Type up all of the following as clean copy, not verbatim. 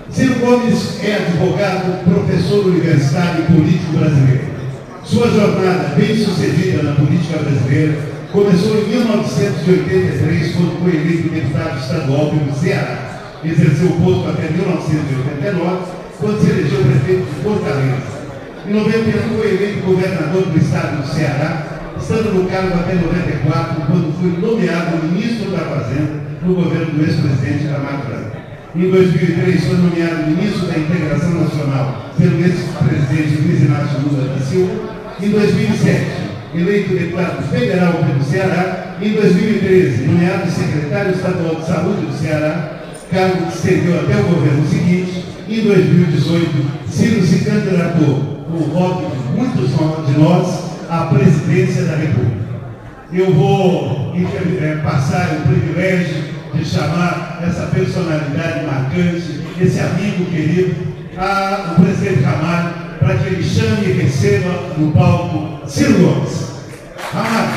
Ciro Gomes é advogado, professor universitário e político brasileiro. Sua jornada bem-sucedida na política brasileira começou em 1983, quando foi eleito deputado estadual pelo Ceará. Exerceu o posto até 1989, quando se elegeu prefeito de Fortaleza. Em 91 foi eleito governador do estado do Ceará, estando no cargo até 94, quando foi nomeado ministro da Fazenda no governo do ex-presidente Camargo Branco. Em 2003 foi nomeado ministro da Integração Nacional pelo ex-presidente Luiz Inácio Lula da Silva. Em 2007, eleito deputado federal pelo Ceará. Em 2013, nomeado secretário estadual de saúde do Ceará, cargo que serviu até o governo seguinte. Em 2018, Ciro se candidatou com o voto de muitos de nós à presidência da República. Eu vou passar o privilégio de chamar essa personalidade marcante, esse amigo querido, o presidente Ramalho, para que ele chame e receba no palco Ciro Gomes. Ramalho.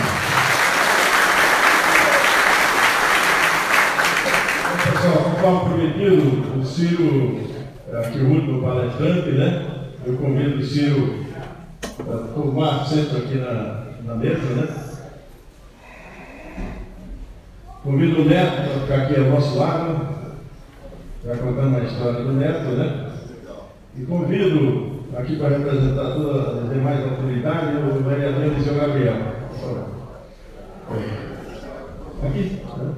Pessoal, conforme prometido, o Ciro, aqui o último palestrante, né? Eu convido o Ciro a tomar assento aqui na mesa, né? Convido o Neto para ficar aqui ao nosso lado, já contando a história do Neto, né? E convido aqui para representar todas as demais autoridades o vereador Eliseu Gabriel. Aqui, né?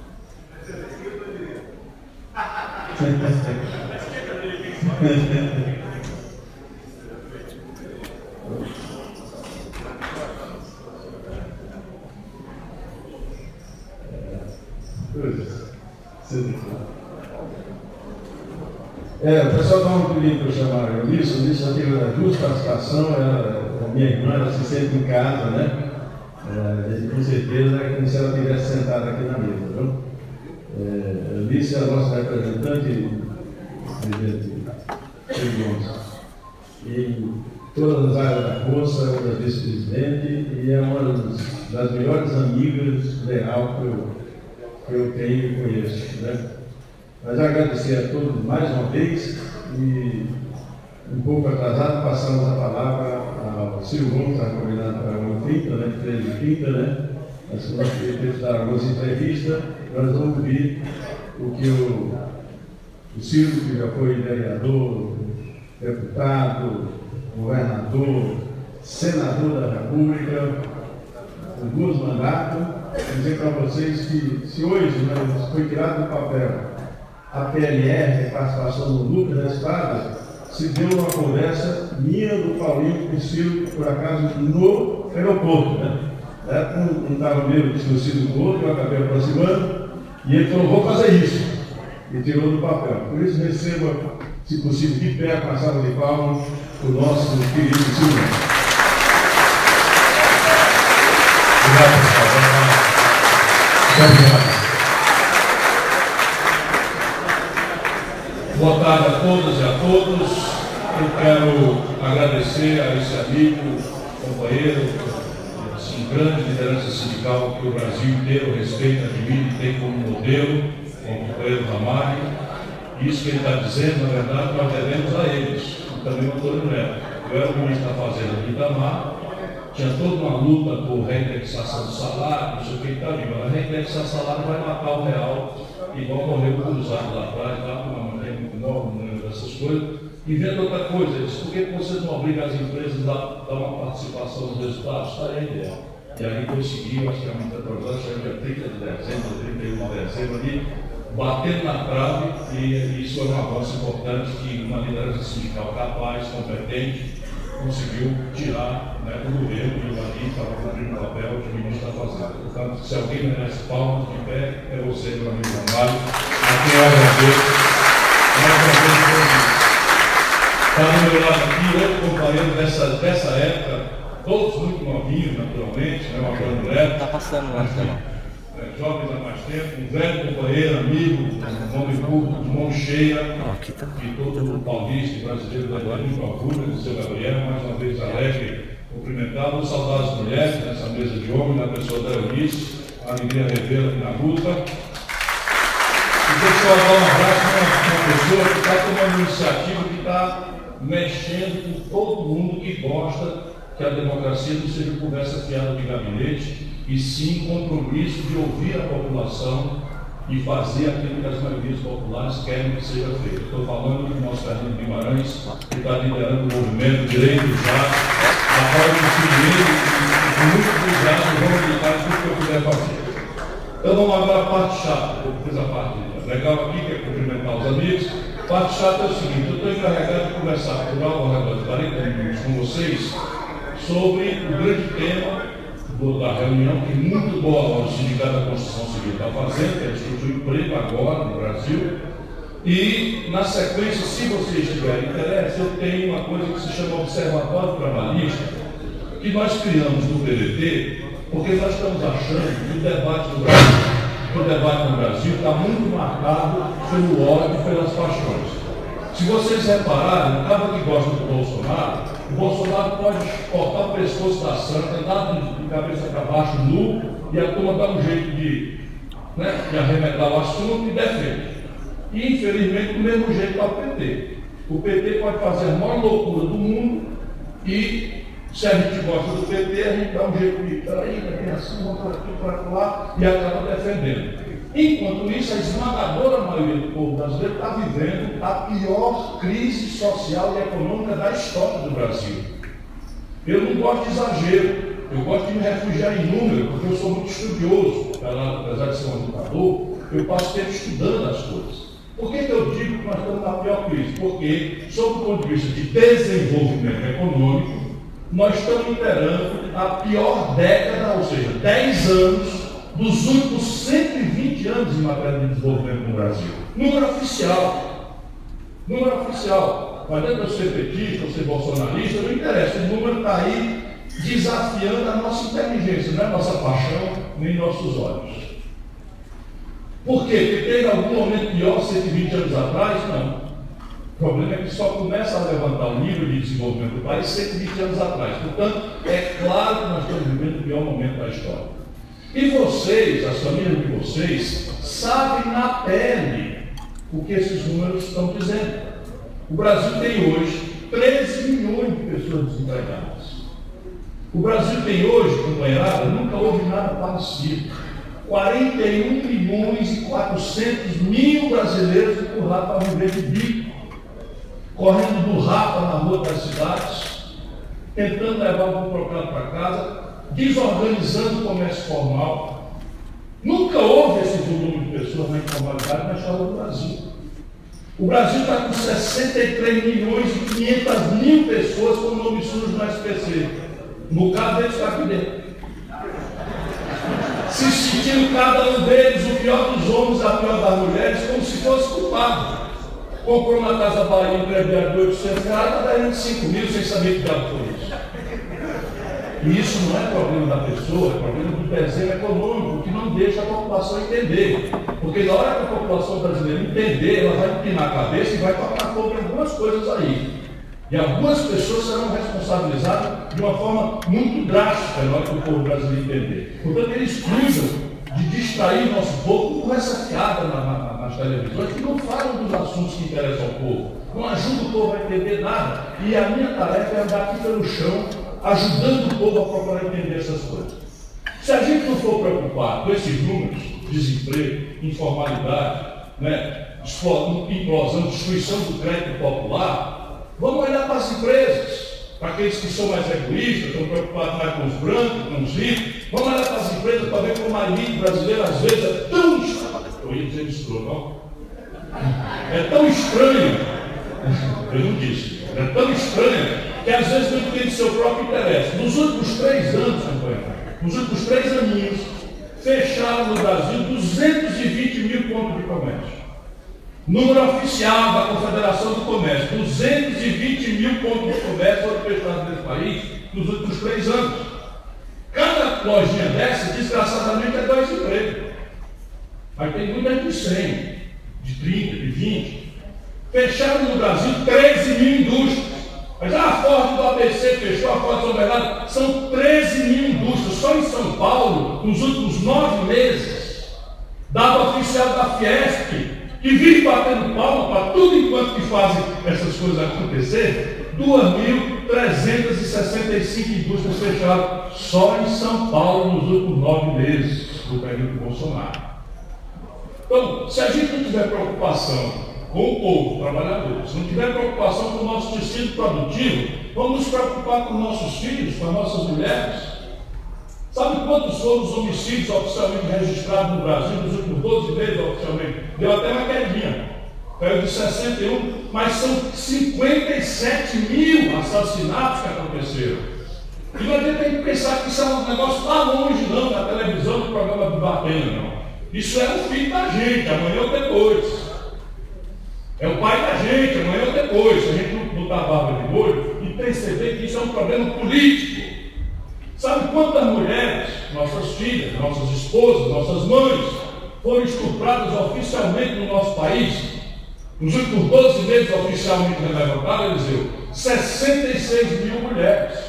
O pessoal estava pedindo para eu chamar a Eunice já teve a justa classificação, a minha irmã, ela se sente em casa, né? Com certeza é como se ela estivesse sentada aqui na mesa, não? Eunice é a nossa representante, presidente Gomes, em todas as áreas da força, é uma vice-presidente e é uma das melhores amigas leal que eu tenho e conheço, né? Mas agradecer a todos mais uma vez e, um pouco atrasado, passamos a palavra ao Ciro Gomes, está combinado para 1h30, né? 13h30, né? Na segunda-feira ele dar algumas entrevistas, nós vamos ouvir o que o Ciro, que já foi vereador, deputado, governador, senador da República, com 2 mandatos, vou dizer para vocês que se hoje foi tirado do papel a PLR, a participação no lucro da estrada, se deu uma conversa minha do Paulinho com o Ciro, por acaso, no aeroporto, né? Não estava meio distorcido do outro, eu acabei aproximando, e ele falou, vou fazer isso, e tirou do papel. Por isso, receba, se possível, de pé, com a salva de palmas, o nosso querido Ciro. Obrigado, pessoal. Obrigado. Boa tarde a todas e a todos. Eu quero agradecer a esse amigo, companheiro, assim, grande liderança sindical que o Brasil inteiro respeita, admira e tem como modelo, como o companheiro Ramalho. Isso que ele está dizendo, na verdade, nós devemos a eles, e também o Antônio Neto. Eu era o ministro da Fazenda de Itamar, tinha toda uma luta por reindexação do salário, não sei o que está ali, mas a reindexação do salário vai matar o real, igual correu o cruzado lá atrás, lá com uma maneira muito nova, não lembro dessas coisas. E vendo outra coisa, eles, por que vocês não obrigam as empresas a dar uma participação nos resultados? Está aí a ideia. E aí conseguiu, acho que a Petrobras chegou dia 30 de dezembro, 31 de dezembro, ali, batendo na trave, e isso foi um avanço importante que uma liderança sindical capaz, competente, conseguiu tirar, né, do governo, e o ali estava cumprindo o papel de ministro da Fazenda. Portanto, se alguém merece palmas de pé, é você, meu amigo Ramalho, a quem eu agradeço. Está no meu lado aqui outro companheiro dessa época, todos muito novinhos, naturalmente, né, o Antônio Neto. Está passando lá, jovens há mais tempo, um velho companheiro, amigo, um homem público, de mão cheia, de todo o paulista e brasileiro da muito orgulho do seu Gabriel, mais uma vez alegre, cumprimentado, saudar as mulheres nessa mesa de homem, na pessoa da Eunice, a alegria revê-la aqui na luta. E Deixa eu dar um abraço para uma pessoa que está tomando iniciativa, que está mexendo com todo mundo que gosta que a democracia não seja conversa fiada de gabinete, e sim compromisso de ouvir a população e fazer aquilo que as maiorias populares querem que seja feito. Estou falando do nosso Fernando Guimarães, que está liderando o movimento Direito Já, a qual eu compreendo e muito obrigado, vamos explicar tudo que eu puder fazer. Então vamos agora à parte chata, eu fiz a parte legal aqui, que é cumprimentar os amigos. A parte chata é o seguinte: eu estou encarregado de conversar por algo ao redor de 40 minutos com vocês sobre o grande tema da reunião, que muito boa o Sindicato da Construção Civil está fazendo, que é discutir o emprego agora no Brasil. E, na sequência, se vocês tiverem interesse, eu tenho uma coisa que se chama Observatório Trabalhista, que nós criamos no PDT, porque nós estamos achando que o debate no Brasil está muito marcado pelo ódio e pelas paixões. Se vocês repararem, o cara que gosta do Bolsonaro, o Bolsonaro pode cortar o pescoço da santa, andar de cabeça para baixo nu, e a turma dá um jeito de arremedar o assunto e defende. E, infelizmente, do mesmo jeito está o PT. O PT pode fazer a maior loucura do mundo e, se a gente gosta do PT, a gente dá um jeito de, peraí, assim, vamos por aqui, por lá, e acaba defendendo. Enquanto isso, a esmagadora maioria do povo brasileiro está vivendo a pior crise social e econômica da história do Brasil. Eu não gosto de exagero, eu gosto de me refugiar em número, porque eu sou muito estudioso, apesar de ser um educador, eu passo tempo estudando as coisas. Por que eu digo que nós estamos na pior crise? Porque, sob o ponto de vista de desenvolvimento econômico, nós estamos liderando a pior década, ou seja, 10 anos, dos últimos 120 anos em matéria de desenvolvimento no Brasil. Número oficial. Número oficial. Mas dentro de eu ser petista ou ser bolsonarista, não interessa. O número está aí desafiando a nossa inteligência, não é a nossa paixão, nem nossos olhos. Por quê? Porque teve algum momento pior 120 anos atrás? Não. O problema é que só começa a levantar o nível de desenvolvimento do país 120 anos atrás. Portanto, é claro que nós estamos vivendo o pior momento da história. E vocês, as famílias de vocês, sabem na pele o que esses números estão dizendo. O Brasil tem hoje 13 milhões de pessoas desempregadas. O Brasil tem hoje, companheirada, nunca houve nada parecido, 41 milhões e 400 mil brasileiros empurrados para viver de bico, correndo do rapa na rua das cidades, tentando levar algum trocado para casa, desorganizando o comércio formal. Nunca houve esse volume de pessoas na informalidade na história do Brasil. O Brasil está com 63 milhões e 500 mil pessoas com nome sujo no SPC. No caso deles está aqui dentro. Se sentindo cada um deles, o pior dos homens, a pior das mulheres, como se fosse culpado. Comprou uma casa Bahia, um crediário de 800 reais, está ganhando 5 mil sem saber que diabo foi isso. E isso não é problema da pessoa, é problema do desenho econômico, que não deixa a população entender. Porque na hora que a população brasileira entender, ela vai empinar a cabeça e vai tocar fogo em algumas coisas aí. E algumas pessoas serão responsabilizadas de uma forma muito drástica na hora que o povo brasileiro entender. Portanto, eles cuidam de distrair nosso povo com essa fiada nas televisões, que não falam dos assuntos que interessam ao povo, não ajudam o povo a entender nada. E a minha tarefa é andar aqui pelo chão, ajudando o povo a procurar entender essas coisas. Se a gente não for preocupado com esses números, desemprego, informalidade, implosão, destruição do crédito popular, vamos olhar para as empresas, para aqueles que são mais egoístas, estão preocupados mais com os brancos, com os ricos. Vamos olhar para as empresas para ver como a elite brasileira às vezes é tão estranha. Eu ia dizer escroto, não? É tão estranho, eu não disse, é tão estranho que às vezes não entende seu próprio interesse. Nos últimos 3 anos, nos últimos 3 aninhos, fecharam no Brasil 220 mil pontos de comércio. Número oficial da Confederação do Comércio, 220 mil pontos de comércio foram fechados nesse país nos últimos 3 anos. Cada lojinha dessa, desgraçadamente, é 2 empregos. Mas tem muita de 100, de 30, de 20. Fecharam no Brasil 13 mil indústrias. Mas a Ford do ABC fechou, a Ford do São Bernardo, são 13 mil indústrias. Só em São Paulo, nos últimos 9 meses, dado oficial da Fiesp, que vivem batendo palma para tudo enquanto que fazem essas coisas acontecer, 2.365 indústrias fechadas só em São Paulo nos últimos 9 meses do período Bolsonaro. Então, se a gente não tiver preocupação com o povo trabalhador, se não tiver preocupação com o nosso tecido produtivo, vamos nos preocupar com nossos filhos, com as nossas mulheres. Sabe quantos foram os homicídios oficialmente registrados no Brasil nos últimos 12 meses oficialmente? Deu até uma quedinha. Caiu de 61, mas são 57 mil assassinatos que aconteceram. E não adianta a gente pensar que isso é um negócio lá longe, não, na televisão, no programa do Batena, não. Isso é o filho da gente, amanhã ou depois. É o pai da gente, amanhã ou depois. Se a gente não botar a barba de molho e perceber que isso é um problema político. Sabe quantas mulheres, nossas filhas, nossas esposas, nossas mães, foram estupradas oficialmente no nosso país? Nos últimos 12 meses oficialmente levantados, Eliseu, 66 mil mulheres.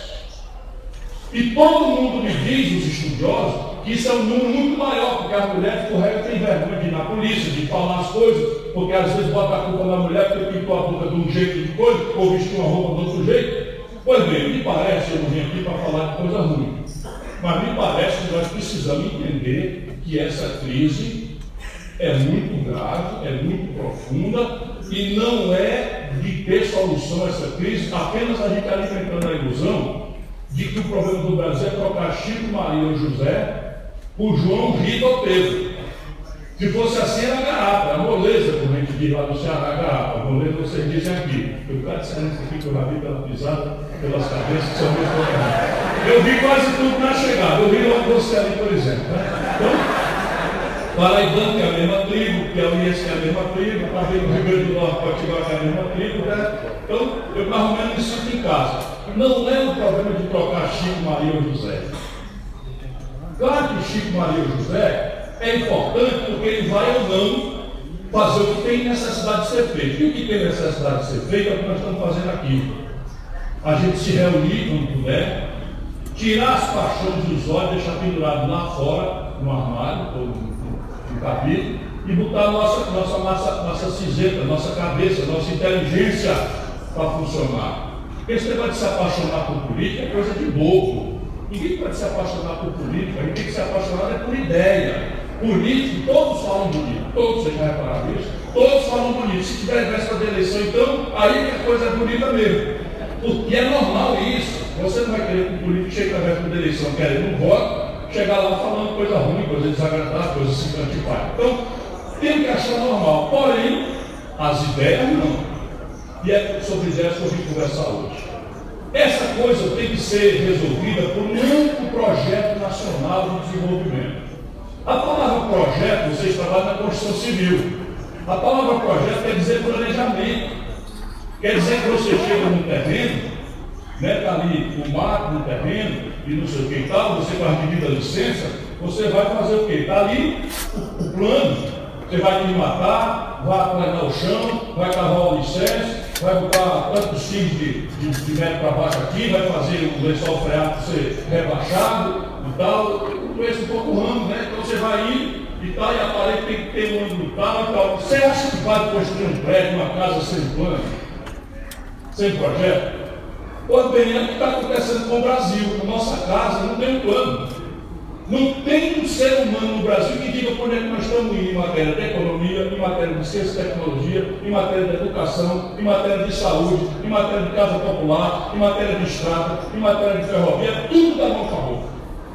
E todo mundo me diz, os estudiosos, que isso é um número muito maior, porque as mulheres, por regra, têm vergonha de ir na polícia, de falar as coisas, porque às vezes bota a culpa na mulher porque pintou a boca de um jeito de coisa, ou vestiu uma roupa de outro jeito. Pois bem, me parece, eu não vim aqui para falar de coisa ruim, mas me parece que nós precisamos entender que essa crise é muito grave, é muito profunda, e não é de ter solução a essa crise, apenas a gente alimentando a ilusão de que o problema do Brasil é trocar Chico, Maria ou José por João, Rita ou Pedro. Se fosse assim, era garapa, era moleza, como a gente diz lá no Ceará, garapa. Moleza, vocês dizem aqui. Eu quero diferença aqui que eu já vi pela pisada, pelas cabeças que são muito importantes. Eu vi quase tudo na chegada. Eu vi lá você ali, por exemplo. Né? Então, Paraibano, que é a mesma tribo, Piauiense, que é a mesma tribo, para ver no Rio Grande do Norte, Potiguar, que é a mesma tribo. Né? Então, eu mais ou menos me sinto em casa. Não é um problema de trocar Chico, Maria ou José. Claro que Chico, Maria ou José é importante porque ele vai ou não fazer o que tem necessidade de ser feito. E o que tem necessidade de ser feito é o que nós estamos fazendo aqui. A gente se reunir quando puder, tirar as paixões dos olhos, deixar pendurado lá fora, no armário, ou no cabide, e botar a nossa cinzenta, nossa cabeça, nossa inteligência para funcionar. Esse negócio de se apaixonar por política é coisa de bobo. Ninguém pode se apaixonar por política, a gente tem que se apaixonar por ideia. Político, todos falam bonito, todos, vocês já repararam isso? Todos falam bonito. Se tiver véspera de eleição, então, aí que a coisa é bonita mesmo. Porque é normal isso. Você não vai querer que o político chegue na véspera de eleição querendo um voto, chegar lá falando coisa ruim, coisa desagradável, coisa assim antipática. Então, tem que achar normal. Porém, as ideias não. E é sobre ideias que eu vim conversar hoje. Essa coisa tem que ser resolvida por um amplo projeto nacional de desenvolvimento. A palavra projeto, vocês trabalham na construção civil. A palavra projeto quer dizer planejamento. Quer dizer que você chega num terreno, né, está ali o mato no terreno, e não sei o que e tal, você com a devida licença, você vai fazer o quê? Está ali o plano. Você vai matar, vai aplanar o chão, vai cavar o alicerce, vai botar tantos fios de metro para baixo aqui, vai fazer o lençol freático ser rebaixado e tal. Tudo isso um pouco ramo, né? Então você vai ir e tal, e a parede tem que ter um ângulo tal e tal. Você acha que vai construir um prédio, uma casa sem plano, sem projeto? Pois bem, é o que está acontecendo com o Brasil. A nossa casa não tem um plano. Não tem um ser humano no Brasil que diga por onde é que nós estamos indo em matéria de economia, em matéria de ciência e tecnologia, em matéria de educação, em matéria de saúde, em matéria de casa popular, em matéria de estrada, em matéria de ferrovia, tudo da mão para a boca.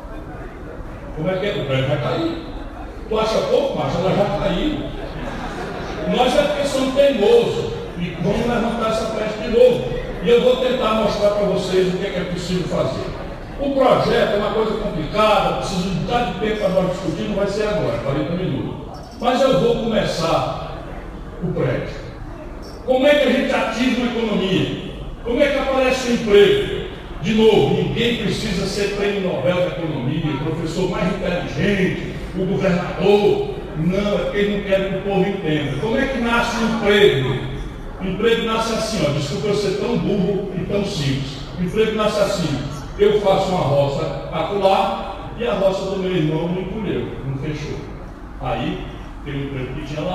Como é que é? O prédio vai cair. Tu acha pouco, mas ela já caiu. Nós é porque somos teimosos e vamos levantar essa flecha de novo. E eu vou tentar mostrar para vocês o que é possível fazer. O projeto é uma coisa complicada, preciso de tanto tempo para nós discutir, não vai ser agora, 40 minutos. Mas eu vou começar o prédio. Como é que a gente ativa uma economia? Como é que aparece o emprego? De novo, ninguém precisa ser prêmio Nobel da economia, o professor mais inteligente, o governador. Não, é porque ele não quer que o povo entenda. Como é que nasce um emprego? O emprego nasce assim, ó, desculpa eu ser tão burro e tão simples. O emprego nasce assim. Eu faço uma roça acolá e a roça do meu irmão não encolheu, não fechou. Aí, tem um emprego que tinha lá,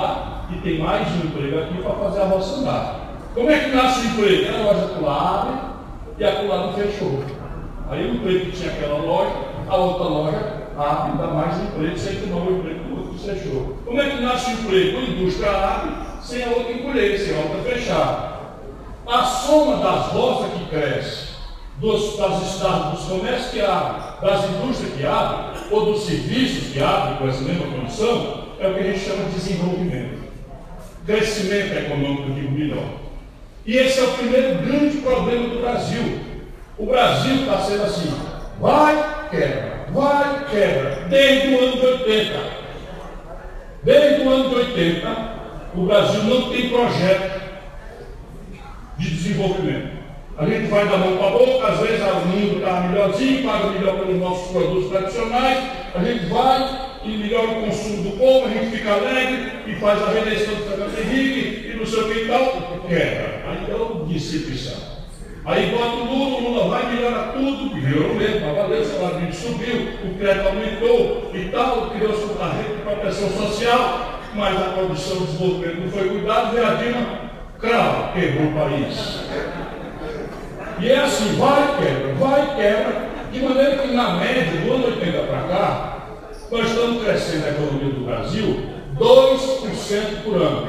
e tem mais um emprego aqui para fazer a roça andar. Como é que nasce o emprego? A loja que lá abre e a lá não fechou. Aí o emprego que tinha aquela loja, a outra loja abre e dá mais um emprego, sem que não o emprego do outro fechou. Como é que nasce o emprego? A indústria abre sem a outra encolher, sem a outra fechar. A soma das roças que cresce, das estradas, dos comércios que abrem, das indústrias que abrem, ou dos serviços que abrem com essa mesma condição, é o que a gente chama de desenvolvimento. Crescimento econômico, digo melhor. E esse é o primeiro grande problema do Brasil. O Brasil está sendo assim, vai, quebra, desde o ano de 80. Desde o ano de 80, o Brasil não tem projeto de desenvolvimento. A gente vai da mão para a boca, às vezes o mundo está melhorzinho, paga melhor pelos nossos produtos tradicionais, a gente vai e melhora o consumo do povo, a gente fica alegre e faz a reeleição do Fernando Henrique e não sei o que e tal, quebra. Aí dá uma distribuição. Aí bota o Lula vai, melhora tudo, melhorou mesmo, a valer, o salário mínimo subiu, o crédito aumentou e tal, criou-se a rede de proteção social, mas a produção de desenvolvimento não foi cuidado, e a Dilma, cravo, quebrou o país. E é assim, vai, quebra, de maneira que na média, do ano 80 para cá, nós estamos crescendo a economia do Brasil 2% por ano.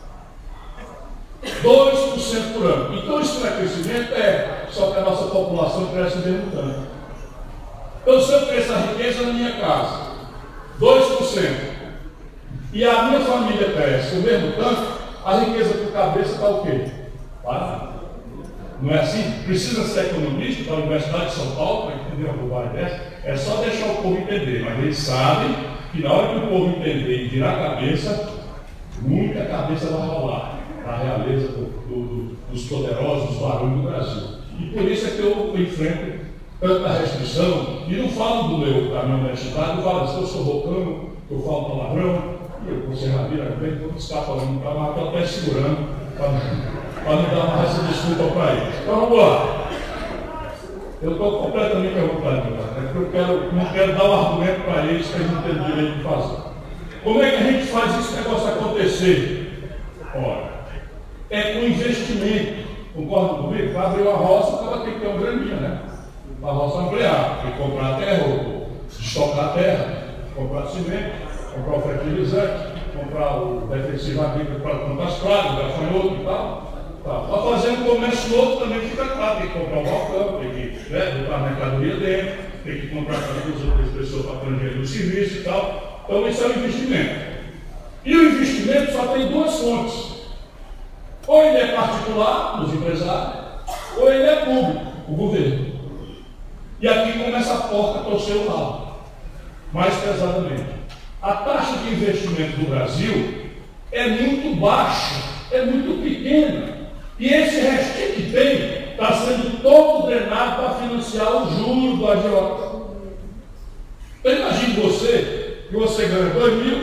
2% por ano. Então, isso não é crescimento, só que a nossa população cresce o mesmo tanto. Então, se eu crescer a riqueza na minha casa, 2%, e a minha família cresce o mesmo tanto, a riqueza por cabeça está o quê? Para. Não é assim? Precisa ser economista da Universidade de São Paulo para entender uma bobagem dessa? É só deixar o povo entender, mas eles sabem que na hora que o povo entender e virar a cabeça, muita cabeça vai rolar a realeza dos poderosos, dos barulhos do Brasil. E por isso é que eu enfrento tanta restrição, e não falo da minha honestidade, não falo assim, eu sou bocão, eu falo palavrão, e eu, você já vira, vou ficar falando, mas estou até segurando, para não dar uma essa desculpa para eles. Então vamos lá. Eu estou completamente à vontade, porque eu não quero dar um argumento para eles que eles não têm direito de fazer. Como é que a gente faz esse negócio acontecer? Ora, é com investimento. Concorda comigo? Para abrir uma roça, o cara tem que ter um graninha, né? Para a roça ampliar, tem que comprar terra, estocar a terra, comprar cimento, comprar o fertilizante, comprar o defensivo agrícola para contra as pragas, o gafanhoto e tal. Para fazer um comércio novo também fica claro, tem que comprar um balcão, tem que botar a mercadoria dentro, tem que comprar para as outras pessoas para aprender o serviço e tal. Então isso é um investimento. E o investimento só tem duas fontes. Ou ele é particular, os empresários, ou ele é público, o governo. E aqui começa a porca a torcer o rabo, mais pesadamente. A taxa de investimento do Brasil é muito baixa, é muito pequena. E esse restinho que tem está sendo todo drenado para financiar o juro do agiota. Então imagine você, que você ganha 2 mil,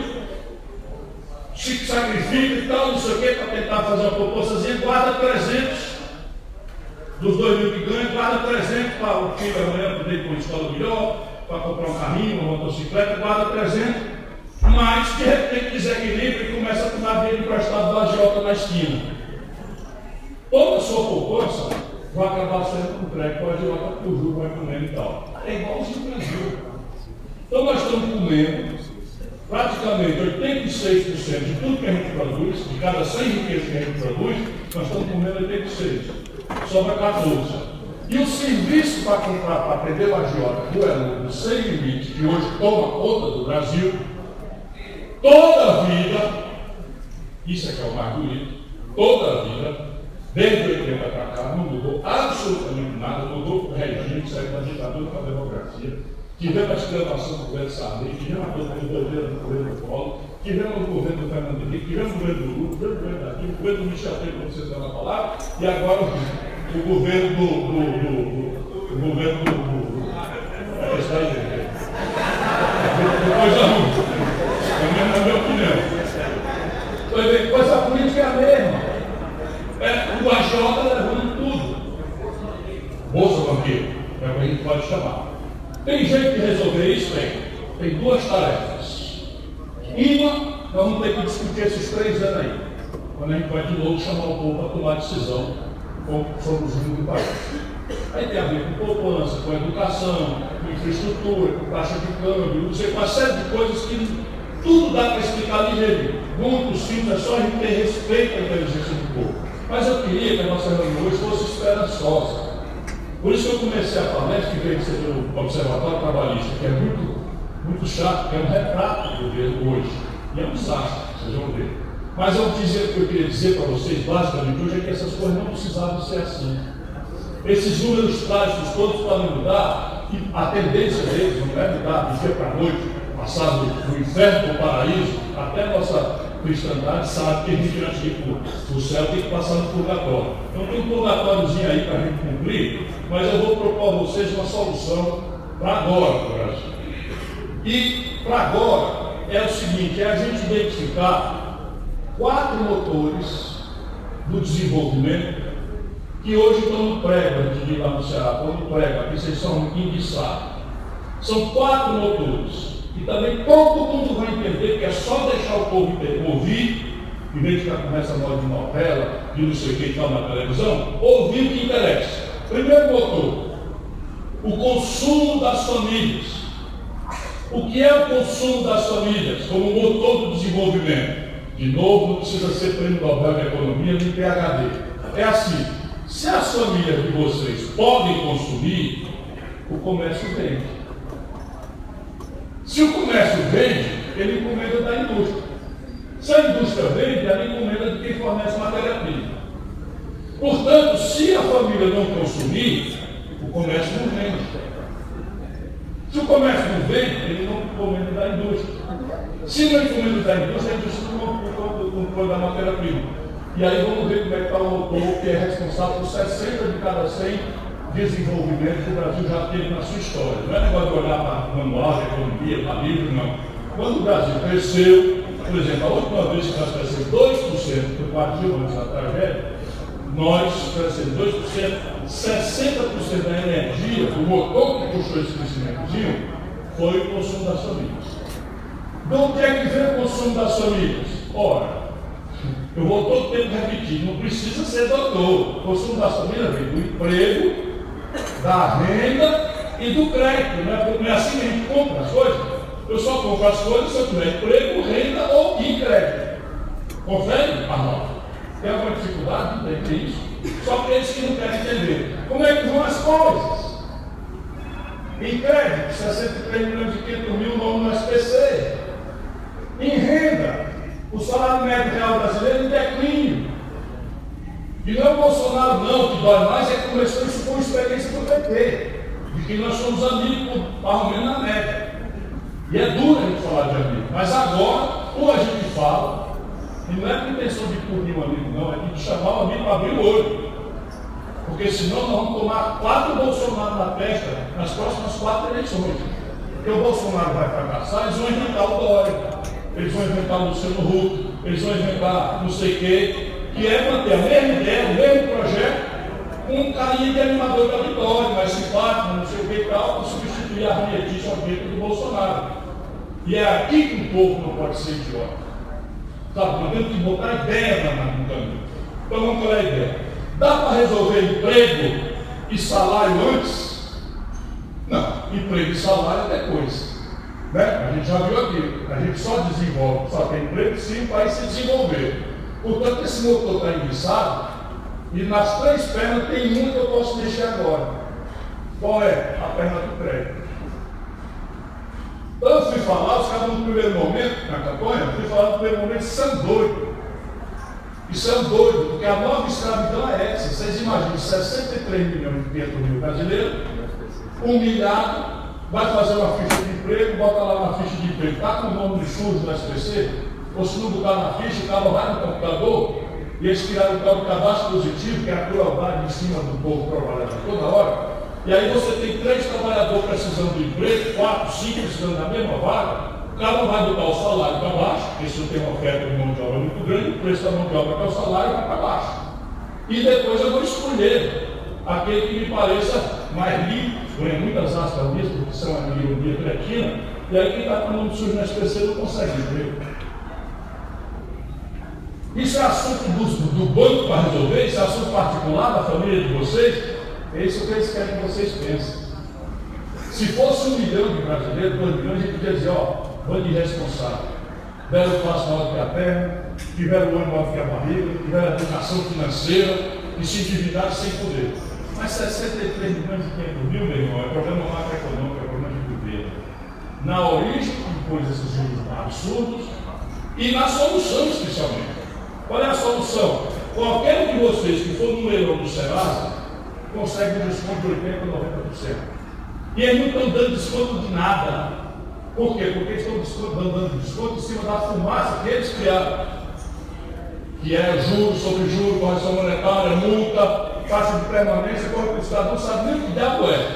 se sacrifica e tal, não sei o quê, para tentar fazer uma propostazinha, guarda 300. Dos 2 mil que ganha, guarda 300 para o filho amanhã poder ir para uma escola melhor, para comprar um carrinho, uma motocicleta, guarda 300. Mas de repente desequilibra e começa a tomar dinheiro emprestado do agiota na esquina. Toda a sua poupança vai acabar sendo um crédito para o agiota, porque o juro vai comendo e tal. É igualzinho o Brasil. Então nós estamos comendo praticamente 86% de tudo que a gente produz, de cada 100 riquezas que a gente produz, nós estamos comendo 86. Sobra 14. E o serviço para comprar, para atender o agiota do Elano, sem limite, que hoje toma conta do Brasil, toda a vida, isso é que é o mais bonito, toda a vida, desde 80 para cá, não mudou absolutamente nada, mudou o regime que saiu da ditadura para a democracia. Tivemos a exclamação do governo Sarney, tivemos a doideira do governo do Collor, tivemos o governo do Fernando Henrique, tivemos o governo do Lula, tivemos o governo daqui, o governo do Michel Temer, como vocês estão na palavra, e agora o governo o governo do essa aí, coisa ruim, na minha opinião. Coisa política é a mesma. O agiota levando tudo. Bolsa banqueiro, é o que a gente pode chamar. Tem jeito de resolver isso? Tem duas tarefas. Uma Nós vamos ter que discutir esses 3 anos aí, quando a gente vai de novo chamar o povo para tomar decisão sobre os rumos do país. Aí tem a ver com poupança, com educação, com infraestrutura, com taxa de câmbio, não sei, uma série de coisas que tudo dá para explicar ligeirinho. Muitos simples, é só a gente ter respeito à inteligência do povo. Mas eu queria que a nossa reunião hoje fosse esperançosa. Por isso que eu comecei a palestra, que veio de ser do Observatório Trabalhista, que é muito chato, que é um retrato do governo hoje. E é um desastre, vocês vão ver. Mas o que eu queria dizer para vocês, basicamente, hoje, é que essas coisas não precisavam ser assim. Esses números trágicos todos podem mudar, e a tendência deles não é mudar de dia para a noite, passar do inferno para o paraíso, até a nossa cristandade sabe que a gente, antes de ir para o céu, tem que passar no purgatório. Então tem um purgatóriozinho aí para a gente cumprir, mas eu vou propor a vocês uma solução para agora, para o Brasil. E para agora é o seguinte, é a gente identificar 4 motores do desenvolvimento que hoje estão no prego, a gente diz lá no Ceará, estão no prego, aqui vocês são enguiçados. São 4 motores. E também todo mundo vai entender que é só deixar o povo ouvir, em vez de ficar com essa moda de novela, de não sei o que e tal na televisão, ouvir o que interessa. Primeiro motor, o consumo das famílias. O que é o consumo das famílias como motor do desenvolvimento? De novo, não precisa ser prêmio Nobel de Economia nem PhD. É assim, se as famílias de vocês podem consumir, o comércio vende. Se o comércio vende, ele encomenda da indústria. Se a indústria vende, ela encomenda de quem fornece matéria-prima. Portanto, se a família não consumir, o comércio não vende. Se o comércio não vende, ele não encomenda da indústria. Se não encomenda da indústria, a indústria não põe da matéria-prima. E aí vamos ver como é que está o motor que é responsável por 60 de cada 100 desenvolvimentos que o Brasil já teve na sua história. Não é negócio de olhar para o manual de economia, para livro, não. Quando o Brasil cresceu, por exemplo, a última vez que nós crescemos 2%, por 4 mil anos na tragédia, nós crescemos 2%, 60% da energia, o motor que puxou esse crescimentozinho, foi o consumo das famílias. De onde é que vem o consumo das famílias? Ora, eu vou todo tempo repetir, não precisa ser doutor. O consumo das famílias vem do emprego, da renda e do crédito. Não é assim que a gente compra as coisas. Eu só compro as coisas se eu tiver emprego, renda ou crédito. Confere? Não. Tem alguma dificuldade? Não tem isso. Só para eles que não querem entender. Como é que vão as coisas? Em crédito, 63 milhões de 500 mil no SPC. Em renda, o salário médio real brasileiro em declínio. E não é o Bolsonaro não, que dói mais, é que começou isso com experiência do PT, de que nós somos amigos, pelo menos na média. E é duro a gente falar de amigo, mas agora, ou a gente fala, e não é com intenção de punir um amigo, não, é de chamar o amigo para abrir o olho. Porque senão nós vamos tomar 4 Bolsonaro na testa nas próximas 4 eleições. Porque o Bolsonaro vai fracassar, eles vão inventar o Dória, eles vão inventar o Luciano Huck, eles vão inventar não sei o quê, que é manter a mesma ideia, o mesmo projeto, com um carinha de animador da vitória, mais simpático, não sei o que e tal, para substituir a arremetice ao peito do Bolsonaro. E é aqui que o povo não pode ser idiota. Sabe, nós temos que botar ideia no caminho. Então vamos qual é a ideia? Dá para resolver emprego e salário antes? Não, emprego e salário é depois. Né? A gente já viu aqui, a gente só desenvolve, só tem emprego se o país se desenvolver. Portanto, esse motor está enguiçado e nas 3 pernas tem uma que eu posso mexer agora. Qual é? A perna do crédito. Então eu fui falar, os caras no primeiro momento, na campanha, eu fui falar no primeiro momento, são doidos. E são doidos, porque a nova escravidão é essa. Vocês imaginam, 63 milhões e 500 mil brasileiros, humilhado, vai fazer uma ficha de emprego, bota lá uma ficha de emprego, está com o nome de sujo no SPC, ou se não botar na ficha, o cara vai no computador, e eles tiraram o tal do cadastro positivo, que é a crueldade em cima do povo trabalhador toda hora, e aí você tem 3 trabalhadores precisando de emprego, 4, 5 precisando da mesma vaga, o cara não vai botar o salário para baixo, porque se não tem uma oferta de mão de obra muito grande, o preço da mão de obra que é o salário vai para baixo. E depois eu vou escolher aquele que me pareça mais limpo, ganha muitas aspas nisso, porque são uma ironia cretina, e aí quem está com o nome sujo na SPC não consegue emprego. Isso é assunto do banco para resolver? Isso é assunto particular da família de vocês? É isso que eles querem que vocês pensem. Se fosse 1 milhão de brasileiros, 2 milhões, a gente podia dizer, bando irresponsável. Tiveram classe maior que a terra, tiveram o olho maior que a barriga, tiveram a educação financeira e se endividaram sem poder. Mas 63 milhões e 500 mil, meu irmão, é problema macroeconômico, é problema de governo. Na origem, que pôs esses juros absurdos, e na solução, especialmente. Qual é a solução? Qualquer um de vocês que for no leilão do Serasa consegue um desconto de 80% a 90%. E eles não estão dando desconto de nada. Por quê? Porque eles estão dando desconto em cima da fumaça que eles criaram. Que é juros sobre juros, correção monetária, multa, taxa de permanência, corre para o Estado, não sabe nem o que diabo é.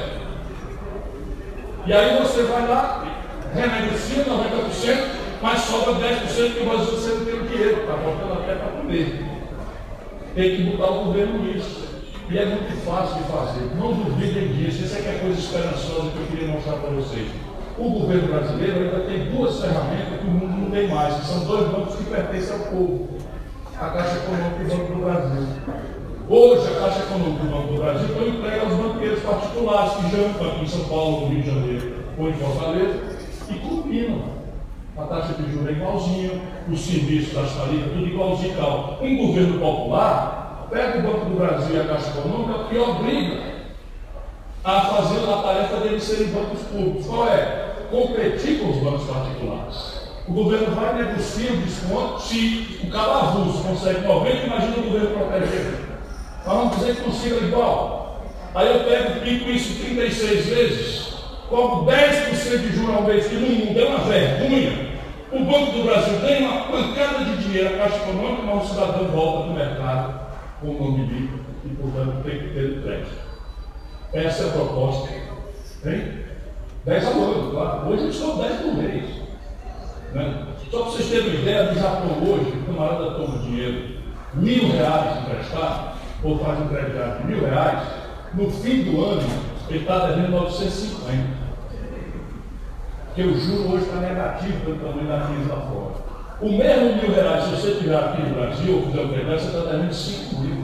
E aí você vai lá, renegocia 90%, mas sobra 10% que você não tem o dinheiro, está faltando até para comer. Tem que botar o governo nisso. E é muito fácil de fazer. Não duvidem disso. Essa é a coisa esperançosa que eu queria mostrar para vocês. O governo brasileiro ainda tem 2 ferramentas que o mundo não tem mais, que são 2 bancos que pertencem ao povo. A Caixa Econômica e o Banco do Brasil. Hoje, a Caixa Econômica e o Banco do Brasil estão entregues aos banqueiros particulares que jancam aqui em São Paulo, no Rio de Janeiro ou em Fortaleza e combinam. A taxa de juros é igualzinha, os serviços das tarifas, tudo igualzinho e tal. Um governo popular pega o Banco do Brasil e a Caixa Econômica e obriga a fazer a tarefa deles serem bancos públicos. Qual é? Competir com os bancos particulares. O governo vai negociar o desconto se o Calabouço consegue 90%, imagina o governo proteger. Mas vamos dizer que consiga igual. Aí eu pego, pico isso 36 vezes, cobro 10% de juros ao mês, que no mundo é uma vergonha. O Banco do Brasil ganha uma pancada de dinheiro, a Caixa Econômica, mas o cidadão volta para o mercado com o nome livre e, portanto, tem que ter crédito. Essa é a proposta. Hein? 10 ao ano, claro. Hoje eles estão 10 por mês. Né? Só para vocês terem uma ideia, no Japão hoje, o camarada toma dinheiro, R$1.000 emprestado, ou faz um crédito de R$1.000, no fim do ano, ele está devendo 950. Porque o juro hoje está negativo pelo tamanho da crise lá fora. O mesmo R$1.000, se você tiver aqui no Brasil, ou fizer um crédito, você está devendo 5 mil.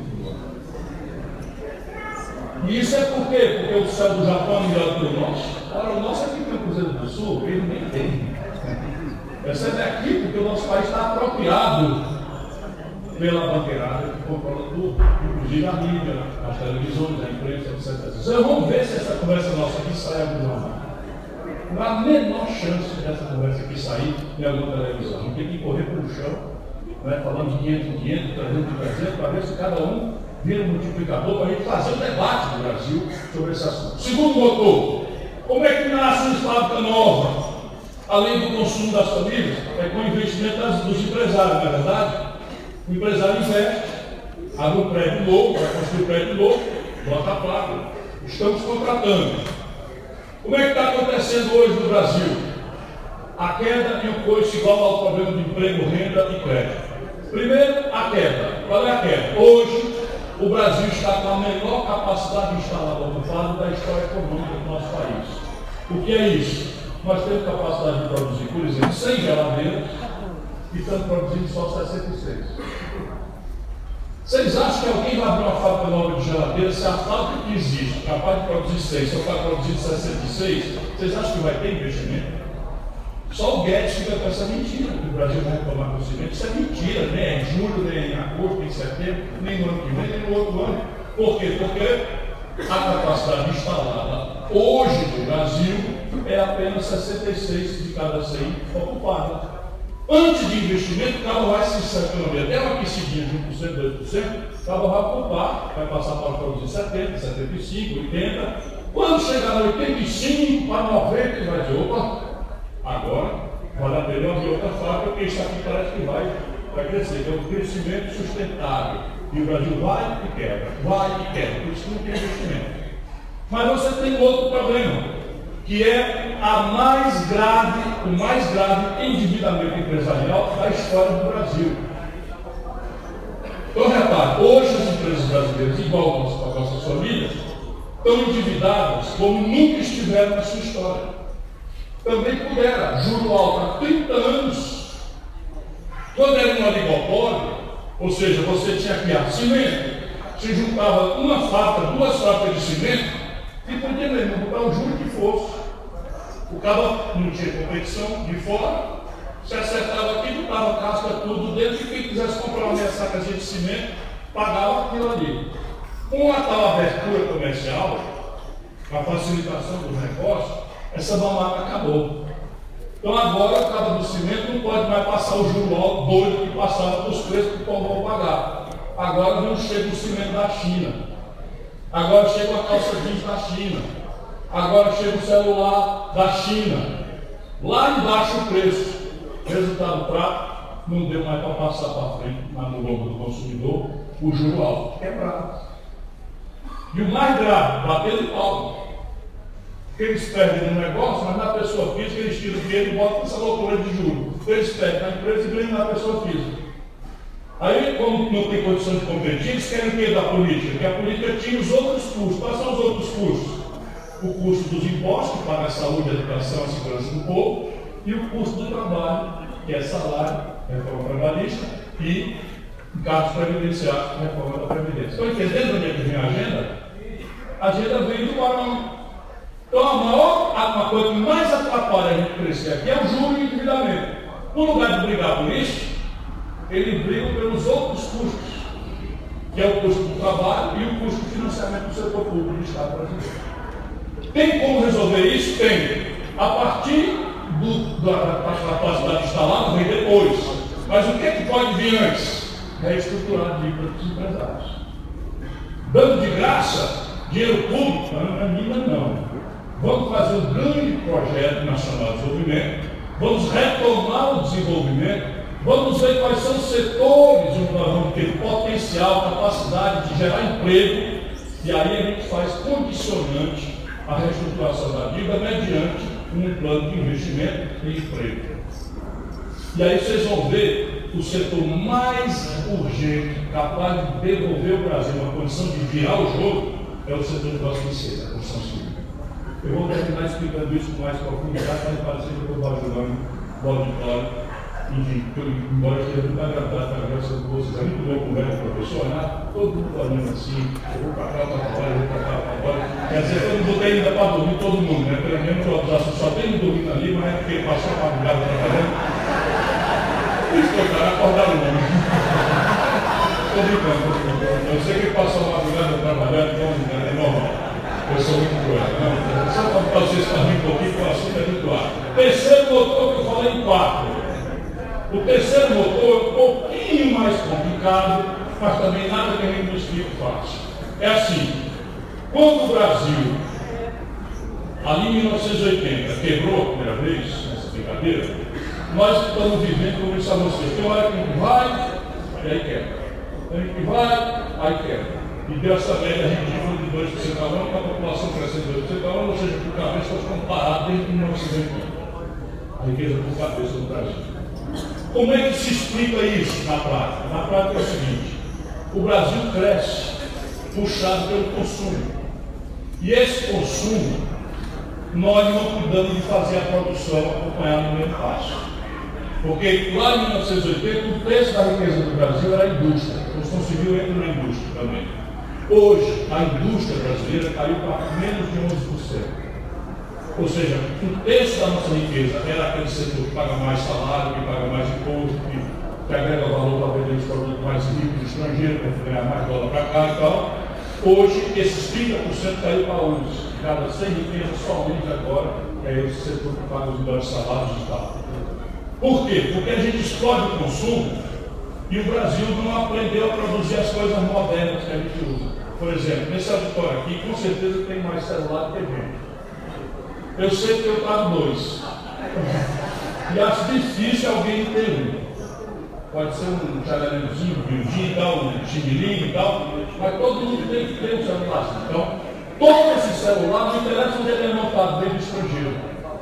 E isso é por quê? Porque o céu do Japão é melhor que o nosso. Ora, o nosso aqui no Cruzeiro do Sul, ele nem tem. Percebe aqui porque o nosso país está apropriado pela banqueirada que controla tudo, inclusive a mídia, as televisões, a imprensa, etc. Então, vamos ver se essa conversa nossa aqui sai algum jornal. Não há a menor chance dessa conversa aqui sair em alguma televisão. A gente tem que correr pelo chão, né, falando de 500 em 500, 300 em 300, para ver se cada um vira um multiplicador para a gente fazer um debate no Brasil sobre esse assunto. Segundo motor, como é que nasce uma fábrica nova? Além do consumo das famílias, é com o investimento dos empresários, não é verdade? O empresário investe, abre um prédio novo, vai construir um prédio novo, bota a placa. Estamos contratando. Como é que está acontecendo hoje no Brasil? A queda e o coice igual ao problema de emprego, renda e crédito. Primeiro, a queda. Qual é a queda? Hoje, o Brasil está com a menor capacidade instalada ocupada da história econômica do nosso país. O que é isso? Nós temos capacidade de produzir, por exemplo, 100 geladeiras e estamos produzindo só 66. Vocês acham que alguém vai abrir uma fábrica nova de geladeira se a fábrica que existe, capaz de produzir 6, só está produzindo 66? Vocês acham que vai ter investimento? Só o Guedes fica com essa mentira, que o Brasil vai tomar conhecimento. Isso é mentira, nem é em julho, nem em agosto, nem em setembro, nem no ano que vem, nem no outro ano. Por quê? Porque a capacidade instalada hoje no Brasil é apenas 66 de cada 100 ocupada. Antes de investimento, o carro vai se economia até uma aquecidinha de 1%, 2%, o carro vai ocupar, vai passar para produzir 70, 75, 80. Quando chegar a 85 para 90, ele vai dizer, opa, agora vale a pena abrir outra fábrica, porque isso aqui parece que vai crescer. É um crescimento sustentável. E o Brasil vai e quebra, por isso não tem investimento. Mas você tem outro problema, que é o mais grave endividamento empresarial da história do Brasil. Então, repare, hoje as empresas brasileiras, igual as nossas famílias, estão endividadas como nunca estiveram na sua história. Também puderam, juro alto há 30 anos. Quando era um oligopólio, Ou seja, você tinha que cimento, você juntava uma fábrica, duas fábricas de cimento, e podia mesmo botar o juro que fosse. O cara não tinha competição de fora, se acertava aqui, botava a casca tudo dentro, e quem quisesse comprar uma meia sacazinha de cimento, pagava aquilo ali. Com a tal abertura comercial, a facilitação do negócio, essa mamata acabou. Então agora o cara do cimento não pode mais passar o juro alto doido que passava para os preços que o povo vão pagar. Agora não chega o cimento da China. Agora chega a calça jeans da China. Agora chega o celular da China. Lá embaixo o preço. Resultado prático, não deu mais para passar para frente no lombo do consumidor o juro alto. Quebrado. E o mais grave, bater de pau. Porque eles perdem no negócio, mas na pessoa física eles tiram o dinheiro e botam essa loucura de juros. Eles perdem na empresa e ganham na pessoa física. Aí, como não tem condição de competir, eles querem o que da política? Porque a política tinha os outros custos. Quais são os outros custos? O custo dos impostos, que paga a saúde, a educação, a segurança do povo, e o custo do trabalho, que é salário, reforma trabalhista, e cargos previdenciários, reforma da Previdência. Estão entendendo onde é que vem a agenda? A agenda vem do Barão. Então, uma coisa que mais atrapalha a gente crescer aqui é o juro e o endividamento. No lugar de brigar por isso, ele briga pelos outros custos, que é o custo do trabalho e o custo do financiamento do setor público do Estado brasileiro. Tem como resolver isso? Tem. A partir da capacidade instalada, vem depois. Mas o que é que pode vir antes? Reestruturar a dívida dos empresários. Dando de graça dinheiro público, não. Vamos fazer um grande projeto nacional de desenvolvimento, vamos retomar o desenvolvimento, vamos ver quais são os setores onde nós vamos ter potencial, capacidade de gerar emprego, e aí a gente faz condicionante a reestruturação da dívida mediante um plano de investimento e emprego. E aí vocês vão ver o setor mais urgente, capaz de devolver o Brasil uma condição de virar o jogo, é o setor de abastecimento, a construção civil. Eu vou terminar explicando isso com mais profundidade, para não parecer que eu estou ajudando o auditório. Enfim, embora eu esteja muito agradado com a graça de vocês, é muito bom conversa com o professor, né? Todo mundo falando assim, eu vou para cá, eu vou para cá. Quer dizer, eu não botei ainda para dormir todo mundo, né? Pelo menos só tem dormindo ali, mas é porque passou a madrugada trabalhando. Isso que eu quero acordar o nome. Estou brincando. Eu sei que passou a madrugada trabalhando, então é normal. Eu sou muito cruel. Só para vocês estarem um pouquinho, que o assunto é muito claro. Terceiro motor que eu falei em 4. O terceiro motor é um pouquinho mais complicado, mas também nada que a gente não explique fácil. É assim, quando o Brasil, ali em 1980, quebrou a primeira vez, nessa brincadeira, nós estamos vivendo, como eu disse a vocês, tem uma hora que a gente vai, e aí quebra. Tem hora que vai, aí quebra. E deu essa média ridícula de 2% ao ano, com a população crescendo 2% ao ano, ou seja, por cabeça, nós ficamos parados desde 1980. A riqueza por cabeça do Brasil. Como é que se explica isso na prática? Na prática é o seguinte: o Brasil cresce puxado pelo consumo. E esse consumo, nós não cuidamos de fazer a produção acompanhar no mesmo passo. Porque lá em 1980, o preço da riqueza do Brasil era a indústria. A construção civil entra na indústria também. Hoje, a indústria brasileira caiu para menos de 11%. Ou seja, um terço da nossa riqueza era aquele setor que paga mais salário, que paga mais imposto, que agrega valor para vender os produtos mais ricos, estrangeiros, para ganhar mais dólar para cá e tal. Hoje, esses 30% caiu para 11%. Cada 100 riquezas somente agora é esse setor que paga os melhores salários e tal. Por quê? Porque a gente explode o consumo e o Brasil não aprendeu a produzir as coisas modernas que a gente usa. Por exemplo, nesse auditório aqui, com certeza tem mais celular do que gente. Eu sei que eu trago 2. E acho difícil alguém ter um. Pode ser um chalezinho, um bildinho e tal, um chimilinho e tal, mas todo mundo tem que ter um celular. Então, todo esse celular, não interessa onde ele é montado, vem do estrangeiro.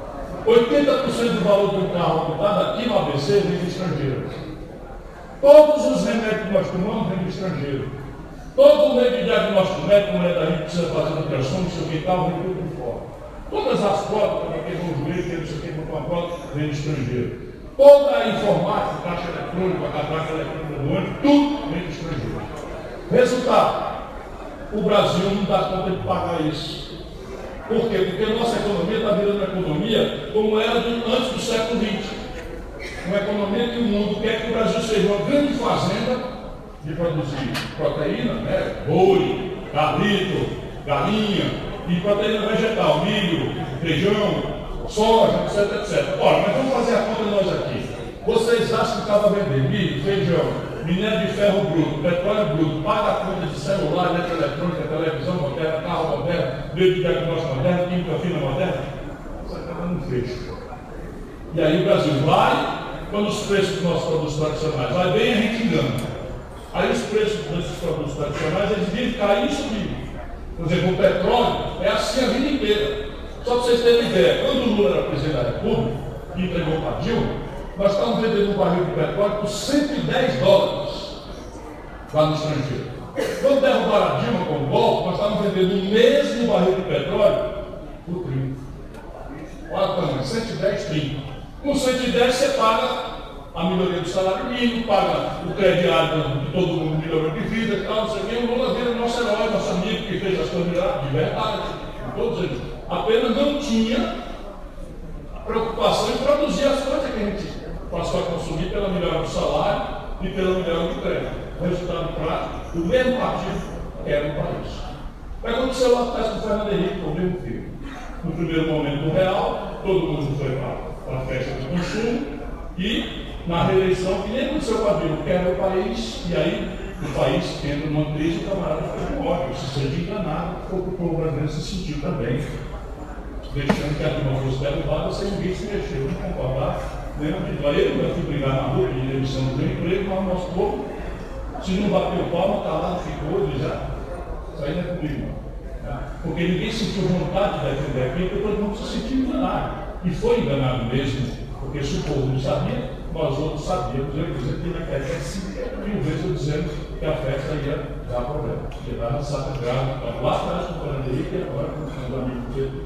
80% do valor do carro montado aqui no ABC vem do estrangeiro. Todos os remédios que nós tomamos vêm do estrangeiro. Todo o meio de diagnóstico médico, como é da gente precisa fazer ultrassom, não sei o que e tal, vem tudo por fora. Todas as fotos, para quem não joelho, que não sei o que, botar uma foto, vem do estrangeiro. Toda a informática, caixa eletrônica, a catraca eletrônica do ônibus, tudo vem do estrangeiro. Resultado, o Brasil não dá conta de pagar isso. Por quê? Porque a nossa economia está virando uma economia como era antes do século XX. Uma economia que o mundo quer que o Brasil seja uma grande fazenda de produzir proteína, né? Boi, cabrito, galinha, e proteína vegetal, milho, feijão, soja, etc, etc. Ora, mas vamos fazer a conta nós aqui. Vocês acham que estava vendendo milho, feijão, minério de ferro bruto, petróleo bruto, paga a conta de celular, eletrônica, televisão moderna, carro moderno, meio de diagnóstico moderno, química fina moderna? Você está dando fecho. E aí o Brasil vai, quando os preços dos nossos produtos tradicionais vai bem, a gente engana. Aí os preços desses produtos tradicionais, eles vivem cair e subir. Por exemplo, o petróleo é assim a vida inteira. Só para vocês terem ideia, quando o Lula era presidente da República, que entregou para a Dilma, nós estávamos vendendo um barril de petróleo por $110 lá no estrangeiro. Quando derrubaram a Dilma com o golpe, nós estávamos vendendo o mesmo barril de petróleo por 30. Olha o tamanho, 110, 30. Com 110 você paga a melhoria do salário mínimo, paga o crediário de todo mundo, melhorou de vida e tal, não sei o quê. O Lula vira nosso herói, nosso amigo que fez as coisas melhorar de verdade. Todos eles. Apenas não tinha preocupação em produzir as coisas que a gente passou a consumir pela melhora do salário e pela melhora do crédito. Resultado prático, o mesmo partido quer no país. Mas aconteceu lá atrás com o Fernando Henrique, com o mesmo filho. No primeiro momento do real, todo mundo foi para a festa do consumo e na reeleição, que nem aconteceu com a Dilma, quer o país, e aí o país entra numa crise, o camarada foi com ódio, se sente enganado, porque o povo brasileiro se sentiu também, deixando que a Dilma fosse derrubada sem ninguém se mexer, não concordar, nem a eu fui brigar na rua de demissão do meu emprego, mas o nosso povo, se não bateu palma, está lá, ficou, diz, isso aí não é comigo, não. Porque ninguém sentiu vontade de defender aquilo, porque todo mundo se sentiu enganado, e foi enganado mesmo, porque se o povo não sabia, nós outros sabíamos. Eu, por exemplo, na festa 50.000 vezes eu dizendo que a festa ia dar problema, ia dar ressaca grave, então, lá atrás com o Fernando Henrique e agora com os amigos dele.